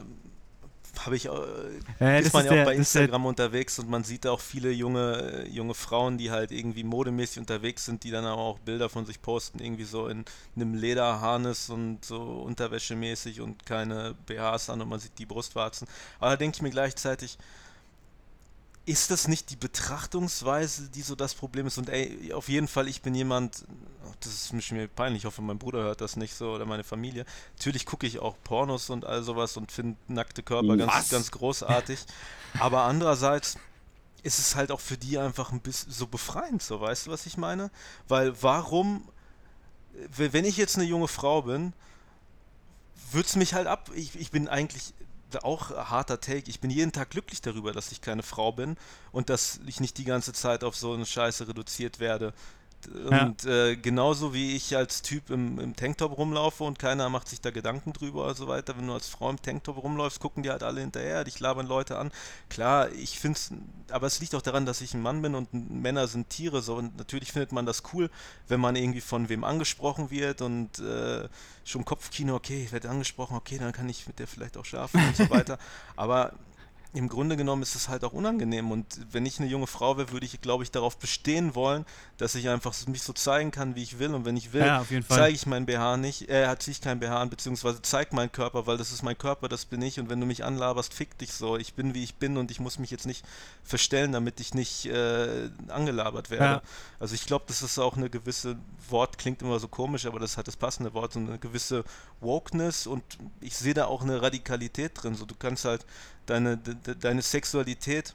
ist man ja auch bei Instagram unterwegs und man sieht da auch viele junge Frauen, die halt irgendwie modemäßig unterwegs sind, die dann auch Bilder von sich posten, irgendwie so in einem Lederharness und so unterwäschemäßig und keine BHs an und man sieht die Brustwarzen. Aber da denke ich mir gleichzeitig, ist das nicht die Betrachtungsweise, die so das Problem ist? Und auf jeden Fall, ich bin jemand, das ist mir peinlich, ich hoffe, mein Bruder hört das nicht so oder meine Familie. Natürlich gucke ich auch Pornos und all sowas und finde nackte Körper ganz großartig. Aber andererseits ist es halt auch für die einfach ein bisschen so befreiend, so, weißt du, was ich meine? Weil wenn ich jetzt eine junge Frau bin, würde es mich halt ich bin eigentlich... auch harter Take. Ich bin jeden Tag glücklich darüber, dass ich keine Frau bin und dass ich nicht die ganze Zeit auf so eine Scheiße reduziert werde. Und genauso wie ich als Typ im Tanktop rumlaufe und keiner macht sich da Gedanken drüber und so weiter, wenn du als Frau im Tanktop rumläufst, gucken die halt alle hinterher, dich labern Leute an. Klar, ich finde es, aber es liegt auch daran, dass ich ein Mann bin und Männer sind Tiere, so, und natürlich findet man das cool, wenn man irgendwie von wem angesprochen wird und schon Kopfkino, okay, ich werde angesprochen, okay, dann kann ich mit der vielleicht auch schlafen und so weiter, aber im Grunde genommen ist es halt auch unangenehm und wenn ich eine junge Frau wäre, würde ich, glaube ich, darauf bestehen wollen, dass ich einfach mich so zeigen kann, wie ich will und wenn ich will, zeige ich meinen BH nicht, ziehe ich keinen BH an, beziehungsweise zeige meinen Körper, weil das ist mein Körper, das bin ich und wenn du mich anlaberst, fick dich so, ich bin, wie ich bin und ich muss mich jetzt nicht verstellen, damit ich nicht angelabert werde. Ja. Also ich glaube, das ist auch eine gewisse, Wort klingt immer so komisch, aber das hat das passende Wort, so eine gewisse Wokeness und ich sehe da auch eine Radikalität drin, so du kannst halt deine Sexualität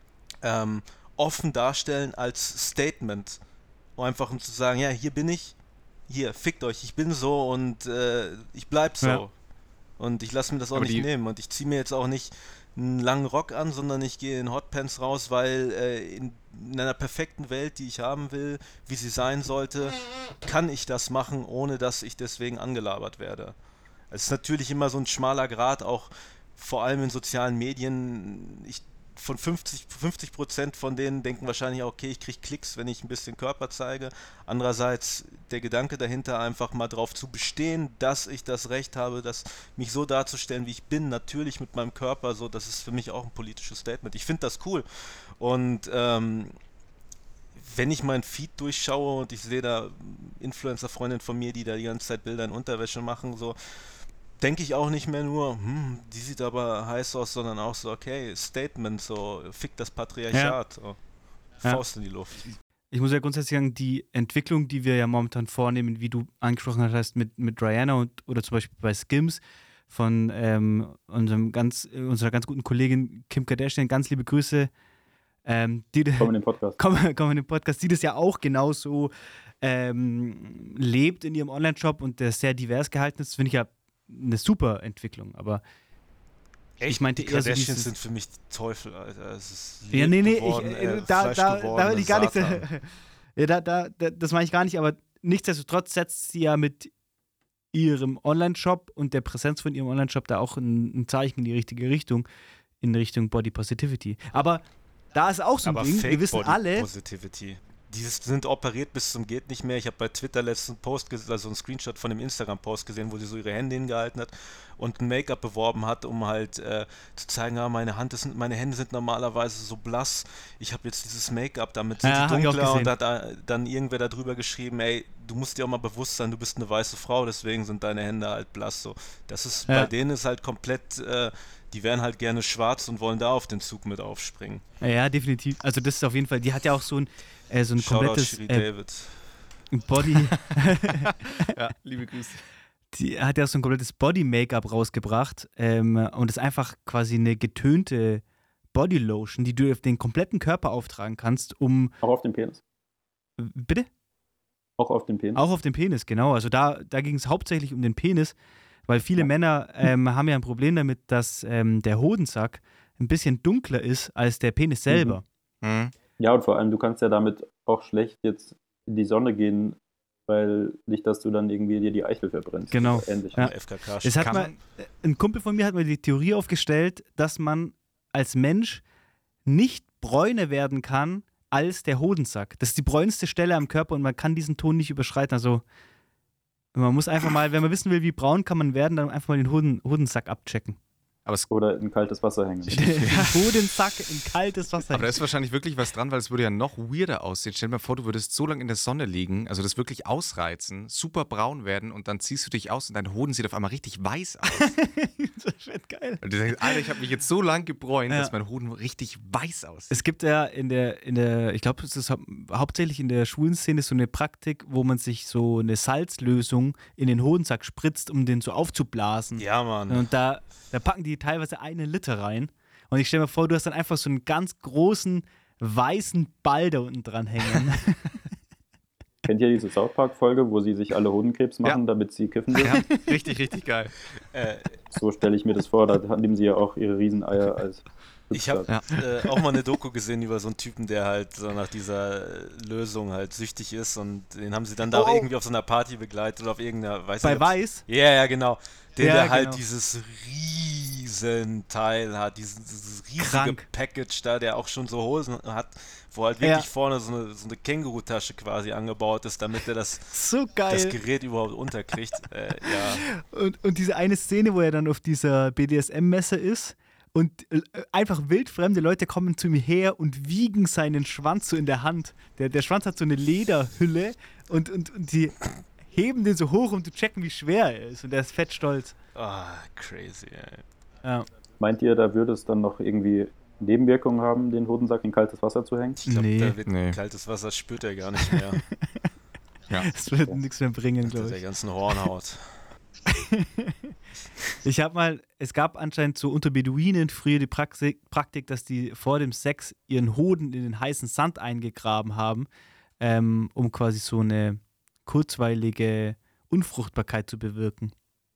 offen darstellen als Statement. Einfach um zu sagen, ja, hier bin ich, hier, fickt euch, ich bin so und ich bleib so. Ja. Und ich lasse mir das auch nicht nehmen. Und ich ziehe mir jetzt auch nicht einen langen Rock an, sondern ich gehe in Hotpants raus, weil in einer perfekten Welt, die ich haben will, wie sie sein sollte, kann ich das machen, ohne dass ich deswegen angelabert werde. Es ist natürlich immer so ein schmaler Grat, auch vor allem in sozialen Medien. von 50% von denen denken wahrscheinlich auch, okay, ich kriege Klicks, wenn ich ein bisschen Körper zeige. Andererseits der Gedanke dahinter, einfach mal drauf zu bestehen, dass ich das Recht habe, mich so darzustellen, wie ich bin, natürlich mit meinem Körper, so, das ist für mich auch ein politisches Statement. Ich finde das cool. Und wenn ich meinen Feed durchschaue und ich sehe da Influencer-Freundinnen von mir, die da die ganze Zeit Bilder in Unterwäsche machen, so, denke ich auch nicht mehr nur, die sieht aber heiß aus, sondern auch so, okay, Statement, so, fick das Patriarchat, so, Faust in die Luft. Ich muss ja grundsätzlich sagen, die Entwicklung, die wir ja momentan vornehmen, wie du angesprochen hast, mit Rihanna oder zum Beispiel bei Skims von unserer ganz guten Kollegin Kim Kardashian, ganz liebe Grüße, Kommen in den Podcast. Kommen in den Podcast, die das ja auch genauso lebt in ihrem Online-Shop und der sehr divers gehalten ist, finde ich ja eine super Entwicklung, aber ich meinte die eher so Kardashians sind für mich Teufel, Alter. Es ist da will ich gar nichts. Satan. Das meine ich gar nicht, aber nichtsdestotrotz setzt sie ja mit ihrem Online-Shop und der Präsenz von ihrem Online-Shop da auch ein Zeichen in die richtige Richtung, in Richtung Body Positivity. Aber da ist auch so ein Ding, wir wissen Body alle. Positivity. Die sind operiert bis zum geht nicht mehr. Ich habe bei Twitter letzten Post, also einen Screenshot von dem Instagram-Post gesehen, wo sie so ihre Hände hingehalten hat und ein Make-up beworben hat, um halt zu zeigen, meine Hände sind normalerweise so blass. Ich habe jetzt dieses Make-up, damit sind die dunkler, und hat dann irgendwer darüber geschrieben, ey, du musst dir auch mal bewusst sein, du bist eine weiße Frau, deswegen sind deine Hände halt blass. So. Das ist, bei denen ist halt komplett, die wären halt gerne schwarz und wollen da auf den Zug mit aufspringen. Ja, definitiv. Also das ist auf jeden Fall, die hat ja auch so ein komplettes Body. Ja, liebe Grüße. Die hat ja so ein komplettes Body-Make-up rausgebracht und ist einfach quasi eine getönte Bodylotion, die du auf den kompletten Körper auftragen kannst, um... Auch auf den Penis. Bitte? Auch auf den Penis. Auch auf den Penis, genau. Also da ging es hauptsächlich um den Penis, weil viele Männer haben ja ein Problem damit, dass der Hodensack ein bisschen dunkler ist als der Penis selber. Mhm. Ja, und vor allem, du kannst ja damit auch schlecht jetzt in die Sonne gehen, weil nicht, dass du dann irgendwie dir die Eichel verbrennst. Genau. Ähnlich. Ja. FKK. Ein Kumpel von mir hat mal die Theorie aufgestellt, dass man als Mensch nicht bräuner werden kann als der Hodensack. Das ist die bräunste Stelle am Körper und man kann diesen Ton nicht überschreiten. Also man muss einfach mal, wenn man wissen will, wie braun kann man werden, dann einfach mal den Hodensack abchecken. Oder in kaltes Wasser hängen. Hodensack in kaltes Wasser. Aber da ist wahrscheinlich wirklich was dran, weil es würde ja noch weirder aussehen. Stell dir mal vor, du würdest so lange in der Sonne liegen, also das wirklich ausreizen, super braun werden und dann ziehst du dich aus und dein Hoden sieht auf einmal richtig weiß aus. Das wird geil. Und du denkst, Alter, ich habe mich jetzt so lang gebräunt, dass mein Hoden richtig weiß aussieht. Es gibt ja in der ich glaube, es ist hauptsächlich in der schwulen Szene so eine Praktik, wo man sich so eine Salzlösung in den Hodensack spritzt, um den so aufzublasen. Ja, Mann. Und da packen die teilweise 1 Liter rein. Und ich stelle mir vor, du hast dann einfach so einen ganz großen weißen Ball da unten dran hängen. Kennt ihr diese South Park-Folge, wo sie sich alle Hodenkrebs machen, damit sie kiffen dürfen? Ja, richtig, richtig geil. So stelle ich mir das vor, da nehmen sie ja auch ihre Rieseneier als Ich habe auch mal eine Doku gesehen über so einen Typen, der halt so nach dieser Lösung halt süchtig ist, und den haben sie dann da auch irgendwie auf so einer Party begleitet oder auf irgendeiner, Bei Weiß? Ja, genau. Der halt genau. dieses Riesenteil hat, dieses riesige Krank. Package da, der auch schon so Hosen hat, wo halt wirklich vorne so eine Känguru-Tasche quasi angebaut ist, damit er das Gerät überhaupt unterkriegt. Und diese eine Szene, wo er dann auf dieser BDSM-Messe ist und einfach wildfremde Leute kommen zu mir her und wiegen seinen Schwanz so in der Hand. Der Schwanz hat so eine Lederhülle und die heben den so hoch, um zu checken, wie schwer er ist. Und der ist fett stolz. Crazy, ey. Ja. Meint ihr, da würde es dann noch irgendwie Nebenwirkungen haben, den Hodensack in kaltes Wasser zu hängen? Ich glaube, da wird kaltes Wasser spürt er gar nicht mehr. Das wird nichts mehr bringen, glaube ich. Der ganzen Hornhaut. Es gab anscheinend so unter Beduinen früher die Praktik, dass die vor dem Sex ihren Hoden in den heißen Sand eingegraben haben, um quasi so eine kurzweilige Unfruchtbarkeit zu bewirken.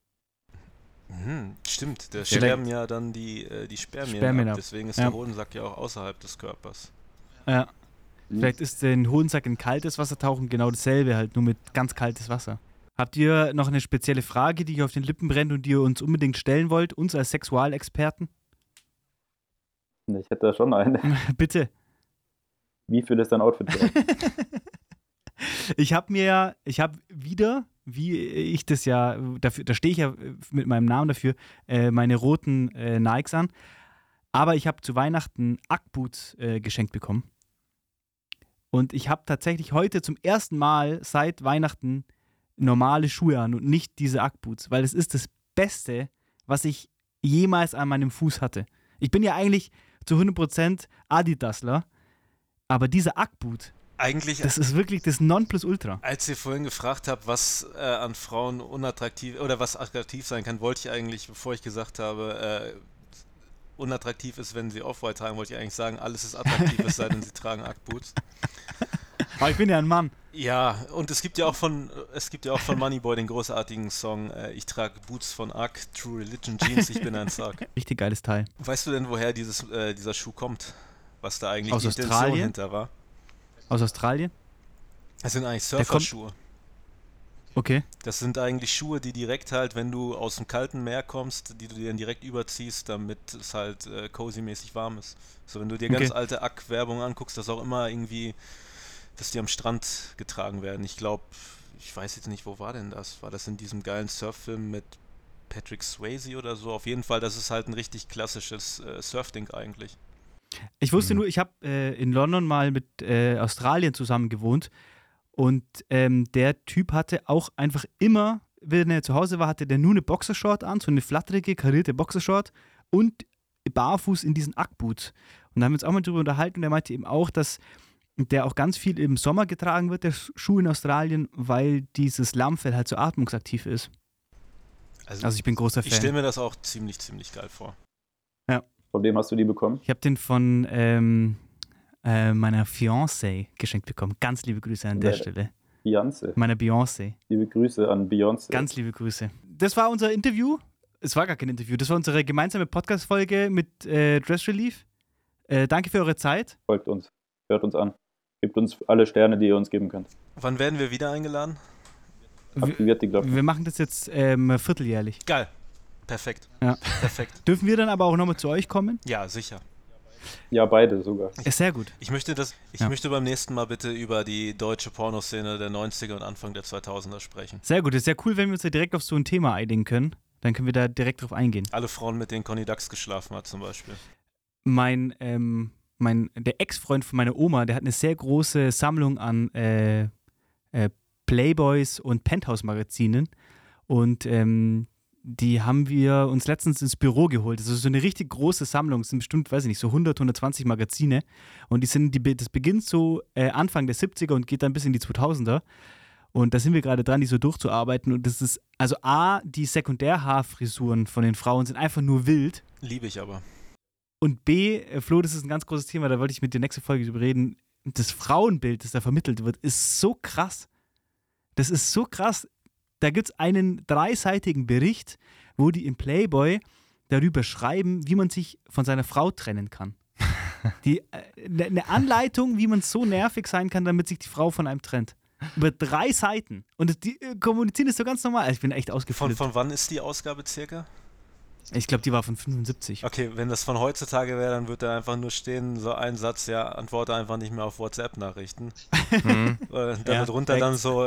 Stimmt, da sterben ja dann die Spermien ab. Deswegen ist der Hodensack ja auch außerhalb des Körpers. Ja. Vielleicht ist den Hodensack in kaltes Wasser tauchen genau dasselbe, halt nur mit ganz kaltes Wasser. Habt ihr noch eine spezielle Frage, die euch auf den Lippen brennt und die ihr uns unbedingt stellen wollt, uns als Sexualexperten? Ich hätte da schon eine. Bitte. Wie viel ist dein Outfit wert? Ich habe wieder, wie ich das ja, dafür, da stehe ich ja mit meinem Namen dafür, meine roten Nikes an. Aber ich habe zu Weihnachten Ackboots geschenkt bekommen. Und ich habe tatsächlich heute zum ersten Mal seit Weihnachten normale Schuhe an und nicht diese Ackboots, weil es ist das Beste, was ich jemals an meinem Fuß hatte. Ich bin ja eigentlich zu 100% Adidasler, aber dieser Ackboot, Eigentlich, das ist wirklich das Nonplusultra. als ihr vorhin gefragt habt, was an Frauen unattraktiv oder was attraktiv sein kann, wollte ich eigentlich, bevor ich gesagt habe, unattraktiv ist, wenn sie Off-White tragen, wollte ich eigentlich sagen, alles ist attraktiv, es sei denn, sie tragen Ackboots. Aber ich bin ja ein Mann. Ja, und es gibt ja auch von Moneyboy den großartigen Song, ich trage Boots von Ugg, True Religion Jeans, ich bin ein Thug. Richtig geiles Teil. Weißt du denn, woher dieser Schuh kommt? Was da eigentlich Aus die Intention Australien? hinter war? Aus Australien? Das sind eigentlich kommt- Surferschuhe. Okay. Das sind eigentlich Schuhe, die direkt halt, wenn du aus dem kalten Meer kommst, die du dir dann direkt überziehst, damit es halt cozy-mäßig warm ist. So, wenn du dir ganz Okay. alte Ack-Werbung anguckst, das ist auch immer irgendwie, dass die am Strand getragen werden. Ich glaube, ich weiß jetzt nicht, wo war denn das? War das in diesem geilen Surffilm mit Patrick Swayze oder so? Auf jeden Fall, das ist halt ein richtig klassisches Surfding eigentlich. Ich wusste nur, ich habe in London mal mit Australien zusammen gewohnt und der Typ hatte auch einfach immer, wenn er zu Hause war, hatte der nur eine Boxershort an, so eine flatterige, karierte Boxershort und barfuß in diesen Ackboots. Und da haben wir uns auch mal drüber unterhalten und er meinte eben auch, dass der auch ganz viel im Sommer getragen wird, der Schuh in Australien, weil dieses Lammfell halt so atmungsaktiv ist. Also ich bin großer Ich stelle Fan. mir das auch ziemlich, ziemlich geil vor. Von wem hast du die bekommen? Ich habe den von meiner Fiancée geschenkt bekommen. Ganz liebe Grüße an der Wer? Stelle. Beyoncé. Meiner Beyoncé. Liebe Grüße an Beyoncé. Ganz liebe Grüße. Das war unser Interview. Es war gar kein Interview. Das war unsere gemeinsame Podcast-Folge mit Dress Relief. Danke für eure Zeit. Folgt uns. Hört uns an. Gebt uns alle Sterne, die ihr uns geben könnt. Wann werden wir wieder eingeladen? Aktiviert die Glocke. Wir machen das jetzt vierteljährlich. Geil. Perfekt. Ja. Perfekt. Dürfen wir dann aber auch nochmal zu euch kommen? Ja, sicher. Ja, beide sogar. Ist sehr gut. Ich möchte Ja. möchte beim nächsten Mal bitte über die deutsche Pornoszene der 90er und Anfang der 2000er sprechen. Sehr gut. Ist sehr cool, wenn wir uns da direkt auf so ein Thema einigen können. Dann können wir da direkt drauf eingehen. Alle Frauen, mit denen Conny Dax geschlafen hat zum Beispiel. Der Ex-Freund von meiner Oma, der hat eine sehr große Sammlung an Playboys und Penthouse-Magazinen. Und die haben wir uns letztens ins Büro geholt. Das ist so eine richtig große Sammlung. Es sind bestimmt, weiß ich nicht, so 100, 120 Magazine. Und das beginnt so Anfang der 70er und geht dann bis in die 2000er. Und da sind wir gerade dran, die so durchzuarbeiten. Und das ist, also A, die Sekundärhaarfrisuren von den Frauen sind einfach nur wild. Liebe ich aber. Und B, Flo, das ist ein ganz großes Thema, da wollte ich mit der nächsten Folge drüber reden. Das Frauenbild, das da vermittelt wird, ist so krass. Das ist so krass. Da gibt es einen 3-seitigen Bericht, wo die im Playboy darüber schreiben, wie man sich von seiner Frau trennen kann. Eine Anleitung, wie man so nervig sein kann, damit sich die Frau von einem trennt. Über 3 Seiten. Und die kommunizieren das so ganz normal. Also ich bin echt ausgeflippt. Von wann ist die Ausgabe circa? Ich glaube, die war von 75. Okay, wenn das von heutzutage wäre, dann würde da einfach nur stehen, so ein Satz, ja, antworte einfach nicht mehr auf WhatsApp-Nachrichten. Damit Ja, runter dann so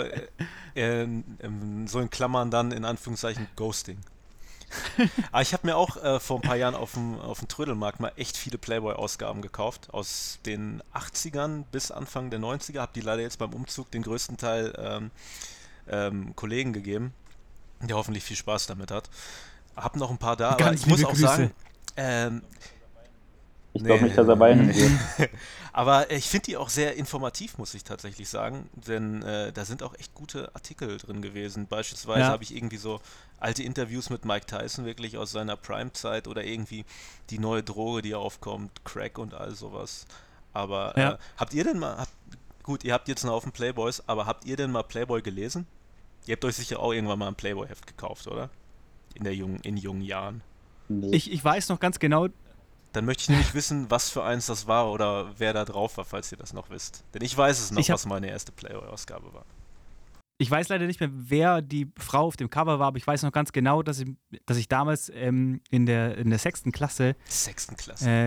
in Klammern dann in Anführungszeichen Ghosting. Aber ich habe mir auch vor ein paar Jahren auf dem Trödelmarkt mal echt viele Playboy-Ausgaben gekauft. Aus den 80ern bis Anfang der 90er. Habe die leider jetzt beim Umzug den größten Teil Kollegen gegeben, der hoffentlich viel Spaß damit hat. Hab noch ein paar da, aber Ganz ich muss liebe auch Grüße. sagen, Ich glaube nicht, dass er weinen wird. aber ich finde die auch sehr informativ, muss ich tatsächlich sagen, denn da sind auch echt gute Artikel drin gewesen. Beispielsweise Ja. habe ich irgendwie so alte Interviews mit Mike Tyson wirklich aus seiner Prime-Zeit oder irgendwie die neue Droge, die aufkommt, Crack und all sowas. Aber Ja. habt ihr denn mal, gut, ihr habt jetzt einen Haufen Playboys, aber habt ihr denn mal Playboy gelesen? Ihr habt euch sicher auch irgendwann mal ein Playboy-Heft gekauft, oder? In jungen Jahren. Nee. Ich weiß noch ganz genau, Dann möchte ich nämlich wissen, was für eins das war oder wer da drauf war, falls ihr das noch wisst. Denn ich weiß es noch, was meine erste Playboy-Ausgabe war. ich weiß leider nicht mehr, wer die Frau auf dem Cover war, aber ich weiß noch ganz genau, dass ich damals in der 6. Klasse 6. Klasse.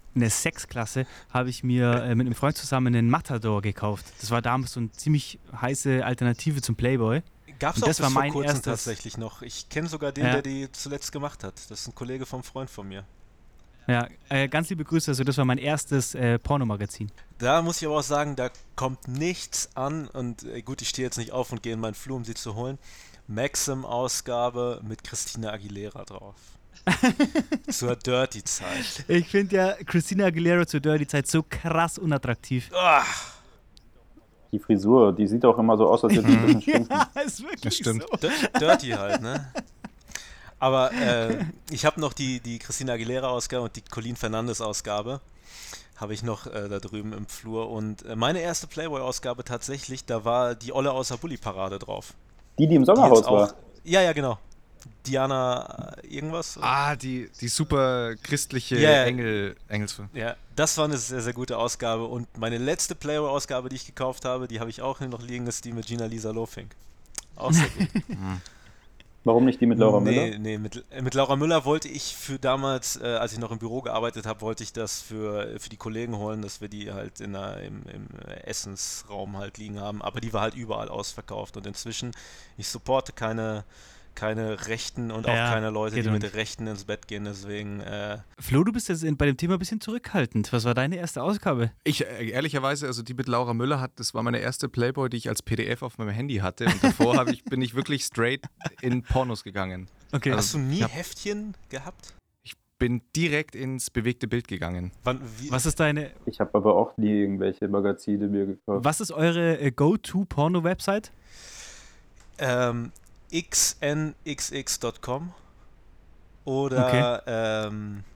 in der 6. Klasse habe ich mir mit einem Freund zusammen einen Matador gekauft. Das war damals so eine ziemlich heiße Alternative zum Playboy. Gab es Und auch das bis war vor mein kurzem erstes- tatsächlich noch. Ich kenne sogar den, der die zuletzt gemacht hat. Das ist ein Kollege vom Freund von mir. Ja, ganz liebe Grüße. Also das war mein erstes Pornomagazin. Da muss ich aber auch sagen, da kommt nichts an. Und gut, ich stehe jetzt nicht auf und gehe in meinen Flur, um sie zu holen. Maxim-Ausgabe mit Christina Aguilera drauf. Zur Dirty-Zeit. Ich finde ja Christina Aguilera zur Dirty-Zeit so krass unattraktiv. Die Frisur, die sieht auch immer so aus, als hätte sie ein bisschen stinken. Ja, ist wirklich Das stimmt. so. Dirty halt, ne? Aber ich habe noch die Christina Aguilera-Ausgabe und die Colleen Fernandes-Ausgabe. Habe ich noch da drüben im Flur. Und meine erste Playboy-Ausgabe tatsächlich, da war die Olle außer Bulli-Parade drauf. Die im Die Sommerhaus jetzt auch, war. ja, genau. Diana irgendwas? Die super christliche Ja. Engelsfrau. Ja, das war eine sehr, sehr gute Ausgabe. Und meine letzte Playboy-Ausgabe, die ich gekauft habe, die habe ich auch noch liegen, ist die mit Gina-Lisa Lofink. Auch sehr gut. Warum nicht die mit Laura Müller? Nee, mit Laura Müller wollte ich für damals, als ich noch im Büro gearbeitet habe, wollte ich das für die Kollegen holen, dass wir die halt im Essensraum halt liegen haben. Aber die war halt überall ausverkauft. Und inzwischen, ich supporte keine Rechten und auch keine Leute, die mit Rechten ins Bett gehen. Deswegen. Flo, du bist jetzt bei dem Thema ein bisschen zurückhaltend. Was war deine erste Ausgabe? Ich ehrlicherweise, also die mit Laura Müller das war meine erste Playboy, die ich als PDF auf meinem Handy hatte. Und davor bin ich wirklich straight in Pornos gegangen. Okay. Hast du nie Heftchen gehabt? Ich bin direkt ins bewegte Bild gegangen. Was ist deine? Ich habe aber auch nie irgendwelche Magazine mir gekauft. Was ist eure Go-To-Porno-Website? xnxx.com oder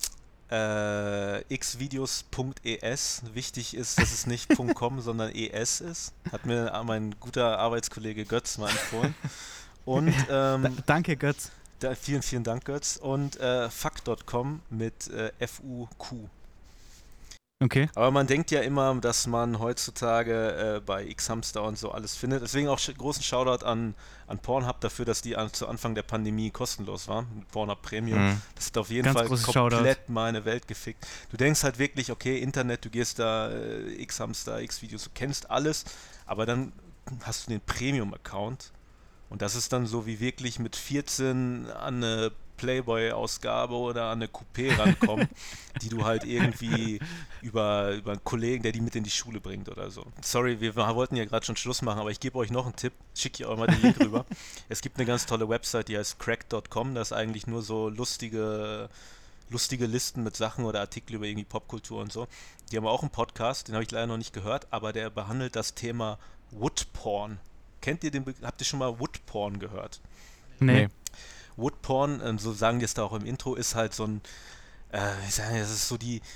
xvideos.es. Wichtig ist, dass es nicht .com, sondern es ist. Hat mir mein guter Arbeitskollege Götz mal empfohlen. Und Danke, Götz. vielen, vielen Dank, Götz. Und fuck.com mit FUQ. Okay. Aber man denkt ja immer, dass man heutzutage bei Xhamster und so alles findet. Deswegen auch großen Shoutout an Pornhub dafür, dass die zu Anfang der Pandemie kostenlos war. Pornhub Premium. Das hat auf jeden Fall komplett meine Welt gefickt. Du denkst halt wirklich, okay, Internet, du gehst da, Xhamster, Xvideos, du kennst alles, aber dann hast du den Premium-Account und das ist dann so wie wirklich mit 14 an eine Playboy-Ausgabe oder an eine Coupé rankommen, die du halt irgendwie über einen Kollegen, der die mit in die Schule bringt oder so. Sorry, wir wollten ja gerade schon Schluss machen, aber ich gebe euch noch einen Tipp, schicke ich euch mal den Link rüber. Es gibt eine ganz tolle Website, die heißt crack.com, das ist eigentlich nur so lustige Listen mit Sachen oder Artikel über irgendwie Popkultur und so. Die haben auch einen Podcast, den habe ich leider noch nicht gehört, aber der behandelt das Thema Woodporn. Habt ihr schon mal Woodporn gehört? Nee. Woodporn, so sagen die es da auch im Intro, ist halt so ein, das ist so wie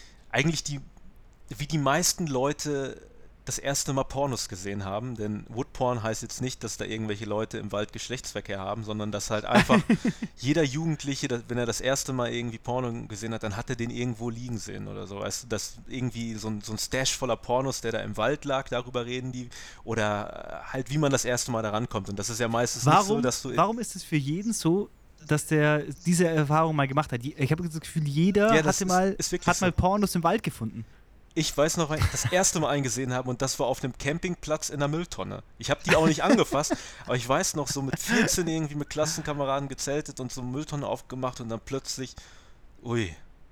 die meisten Leute das erste Mal Pornos gesehen haben, denn Woodporn heißt jetzt nicht, dass da irgendwelche Leute im Wald Geschlechtsverkehr haben, sondern dass halt einfach jeder Jugendliche, wenn er das erste Mal irgendwie Porno gesehen hat, dann hat er den irgendwo liegen sehen oder so. Weißt du, dass irgendwie so ein Stash voller Pornos, der da im Wald lag, darüber reden die, oder halt wie man das erste Mal da rankommt. Und das ist ja meistens nicht so, dass du... Warum ist es für jeden so, dass der diese Erfahrung mal gemacht hat? Ich habe das Gefühl, jeder hat mal Pornos im Wald gefunden. Ich weiß noch, weil ich das erste Mal eingesehen habe und das war auf einem Campingplatz in der Mülltonne. Ich habe die auch nicht angefasst, aber ich weiß noch, so mit 14 irgendwie mit Klassenkameraden gezeltet und so eine Mülltonne aufgemacht und dann plötzlich, ui,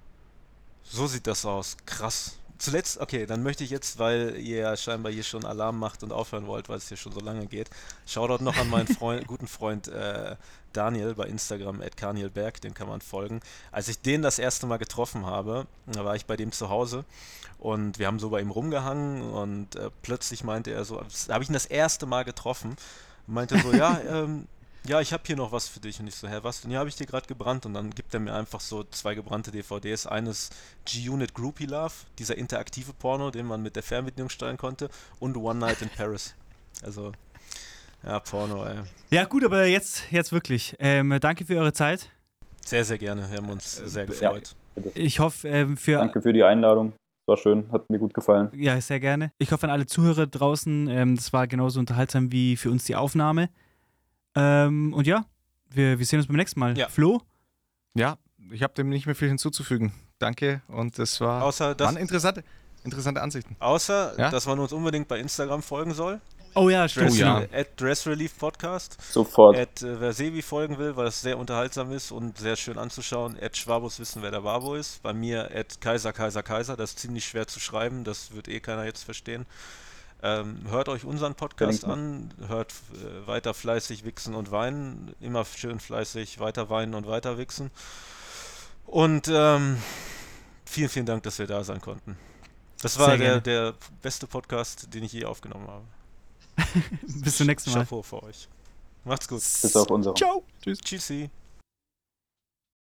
so sieht das aus, krass. Zuletzt, okay, dann möchte ich jetzt, weil ihr ja scheinbar hier schon Alarm macht und aufhören wollt, weil es hier schon so lange geht, Shoutout noch an meinen guten Freund Daniel bei Instagram, @karnielberg, dem kann man folgen. Als ich den das erste Mal getroffen habe, da war ich bei dem zu Hause und wir haben so bei ihm rumgehangen und plötzlich meinte er so, da habe ich ihn das erste Mal getroffen, meinte so, ja, ich habe hier noch was für dich. Und ich so, was denn? Ja, habe ich dir gerade gebrannt. Und dann gibt er mir einfach so 2 gebrannte DVDs. Eines G-Unit Groupie Love, dieser interaktive Porno, den man mit der Fernbedienung steuern konnte, und One Night in Paris. Also, ja, Porno, ey. Ja gut, aber jetzt wirklich. Danke für eure Zeit. Sehr, sehr gerne. Wir haben uns sehr gefreut. Ja, ich hoffe, Danke für die Einladung. War schön, hat mir gut gefallen. Ja, sehr gerne. Ich hoffe an alle Zuhörer draußen, das war genauso unterhaltsam wie für uns die Aufnahme. Und ja, wir sehen uns beim nächsten Mal. Ja. Flo? Ja, ich habe dem nicht mehr viel hinzuzufügen. Danke und das waren interessante Ansichten. Außer, Ja? dass man uns unbedingt bei Instagram folgen soll. Oh ja, stimmt. @DressReliefPodcast. Sofort. Wer Sebi folgen will, weil es sehr unterhaltsam ist und sehr schön anzuschauen. @Schwabus wissen, wer der Wabo ist. Bei mir @Kaiser. Das ist ziemlich schwer zu schreiben, das wird keiner jetzt verstehen. Hört euch unseren Podcast an, hört weiter fleißig wichsen und weinen, immer schön fleißig weiter weinen und weiter wichsen. Und vielen, vielen Dank, dass wir da sein konnten. Das war der beste Podcast, den ich je aufgenommen habe. Bis zum nächsten Mal. Chapeau für euch. Macht's gut. Bis auf unsere. Ciao. Tschüss. Tschüssi.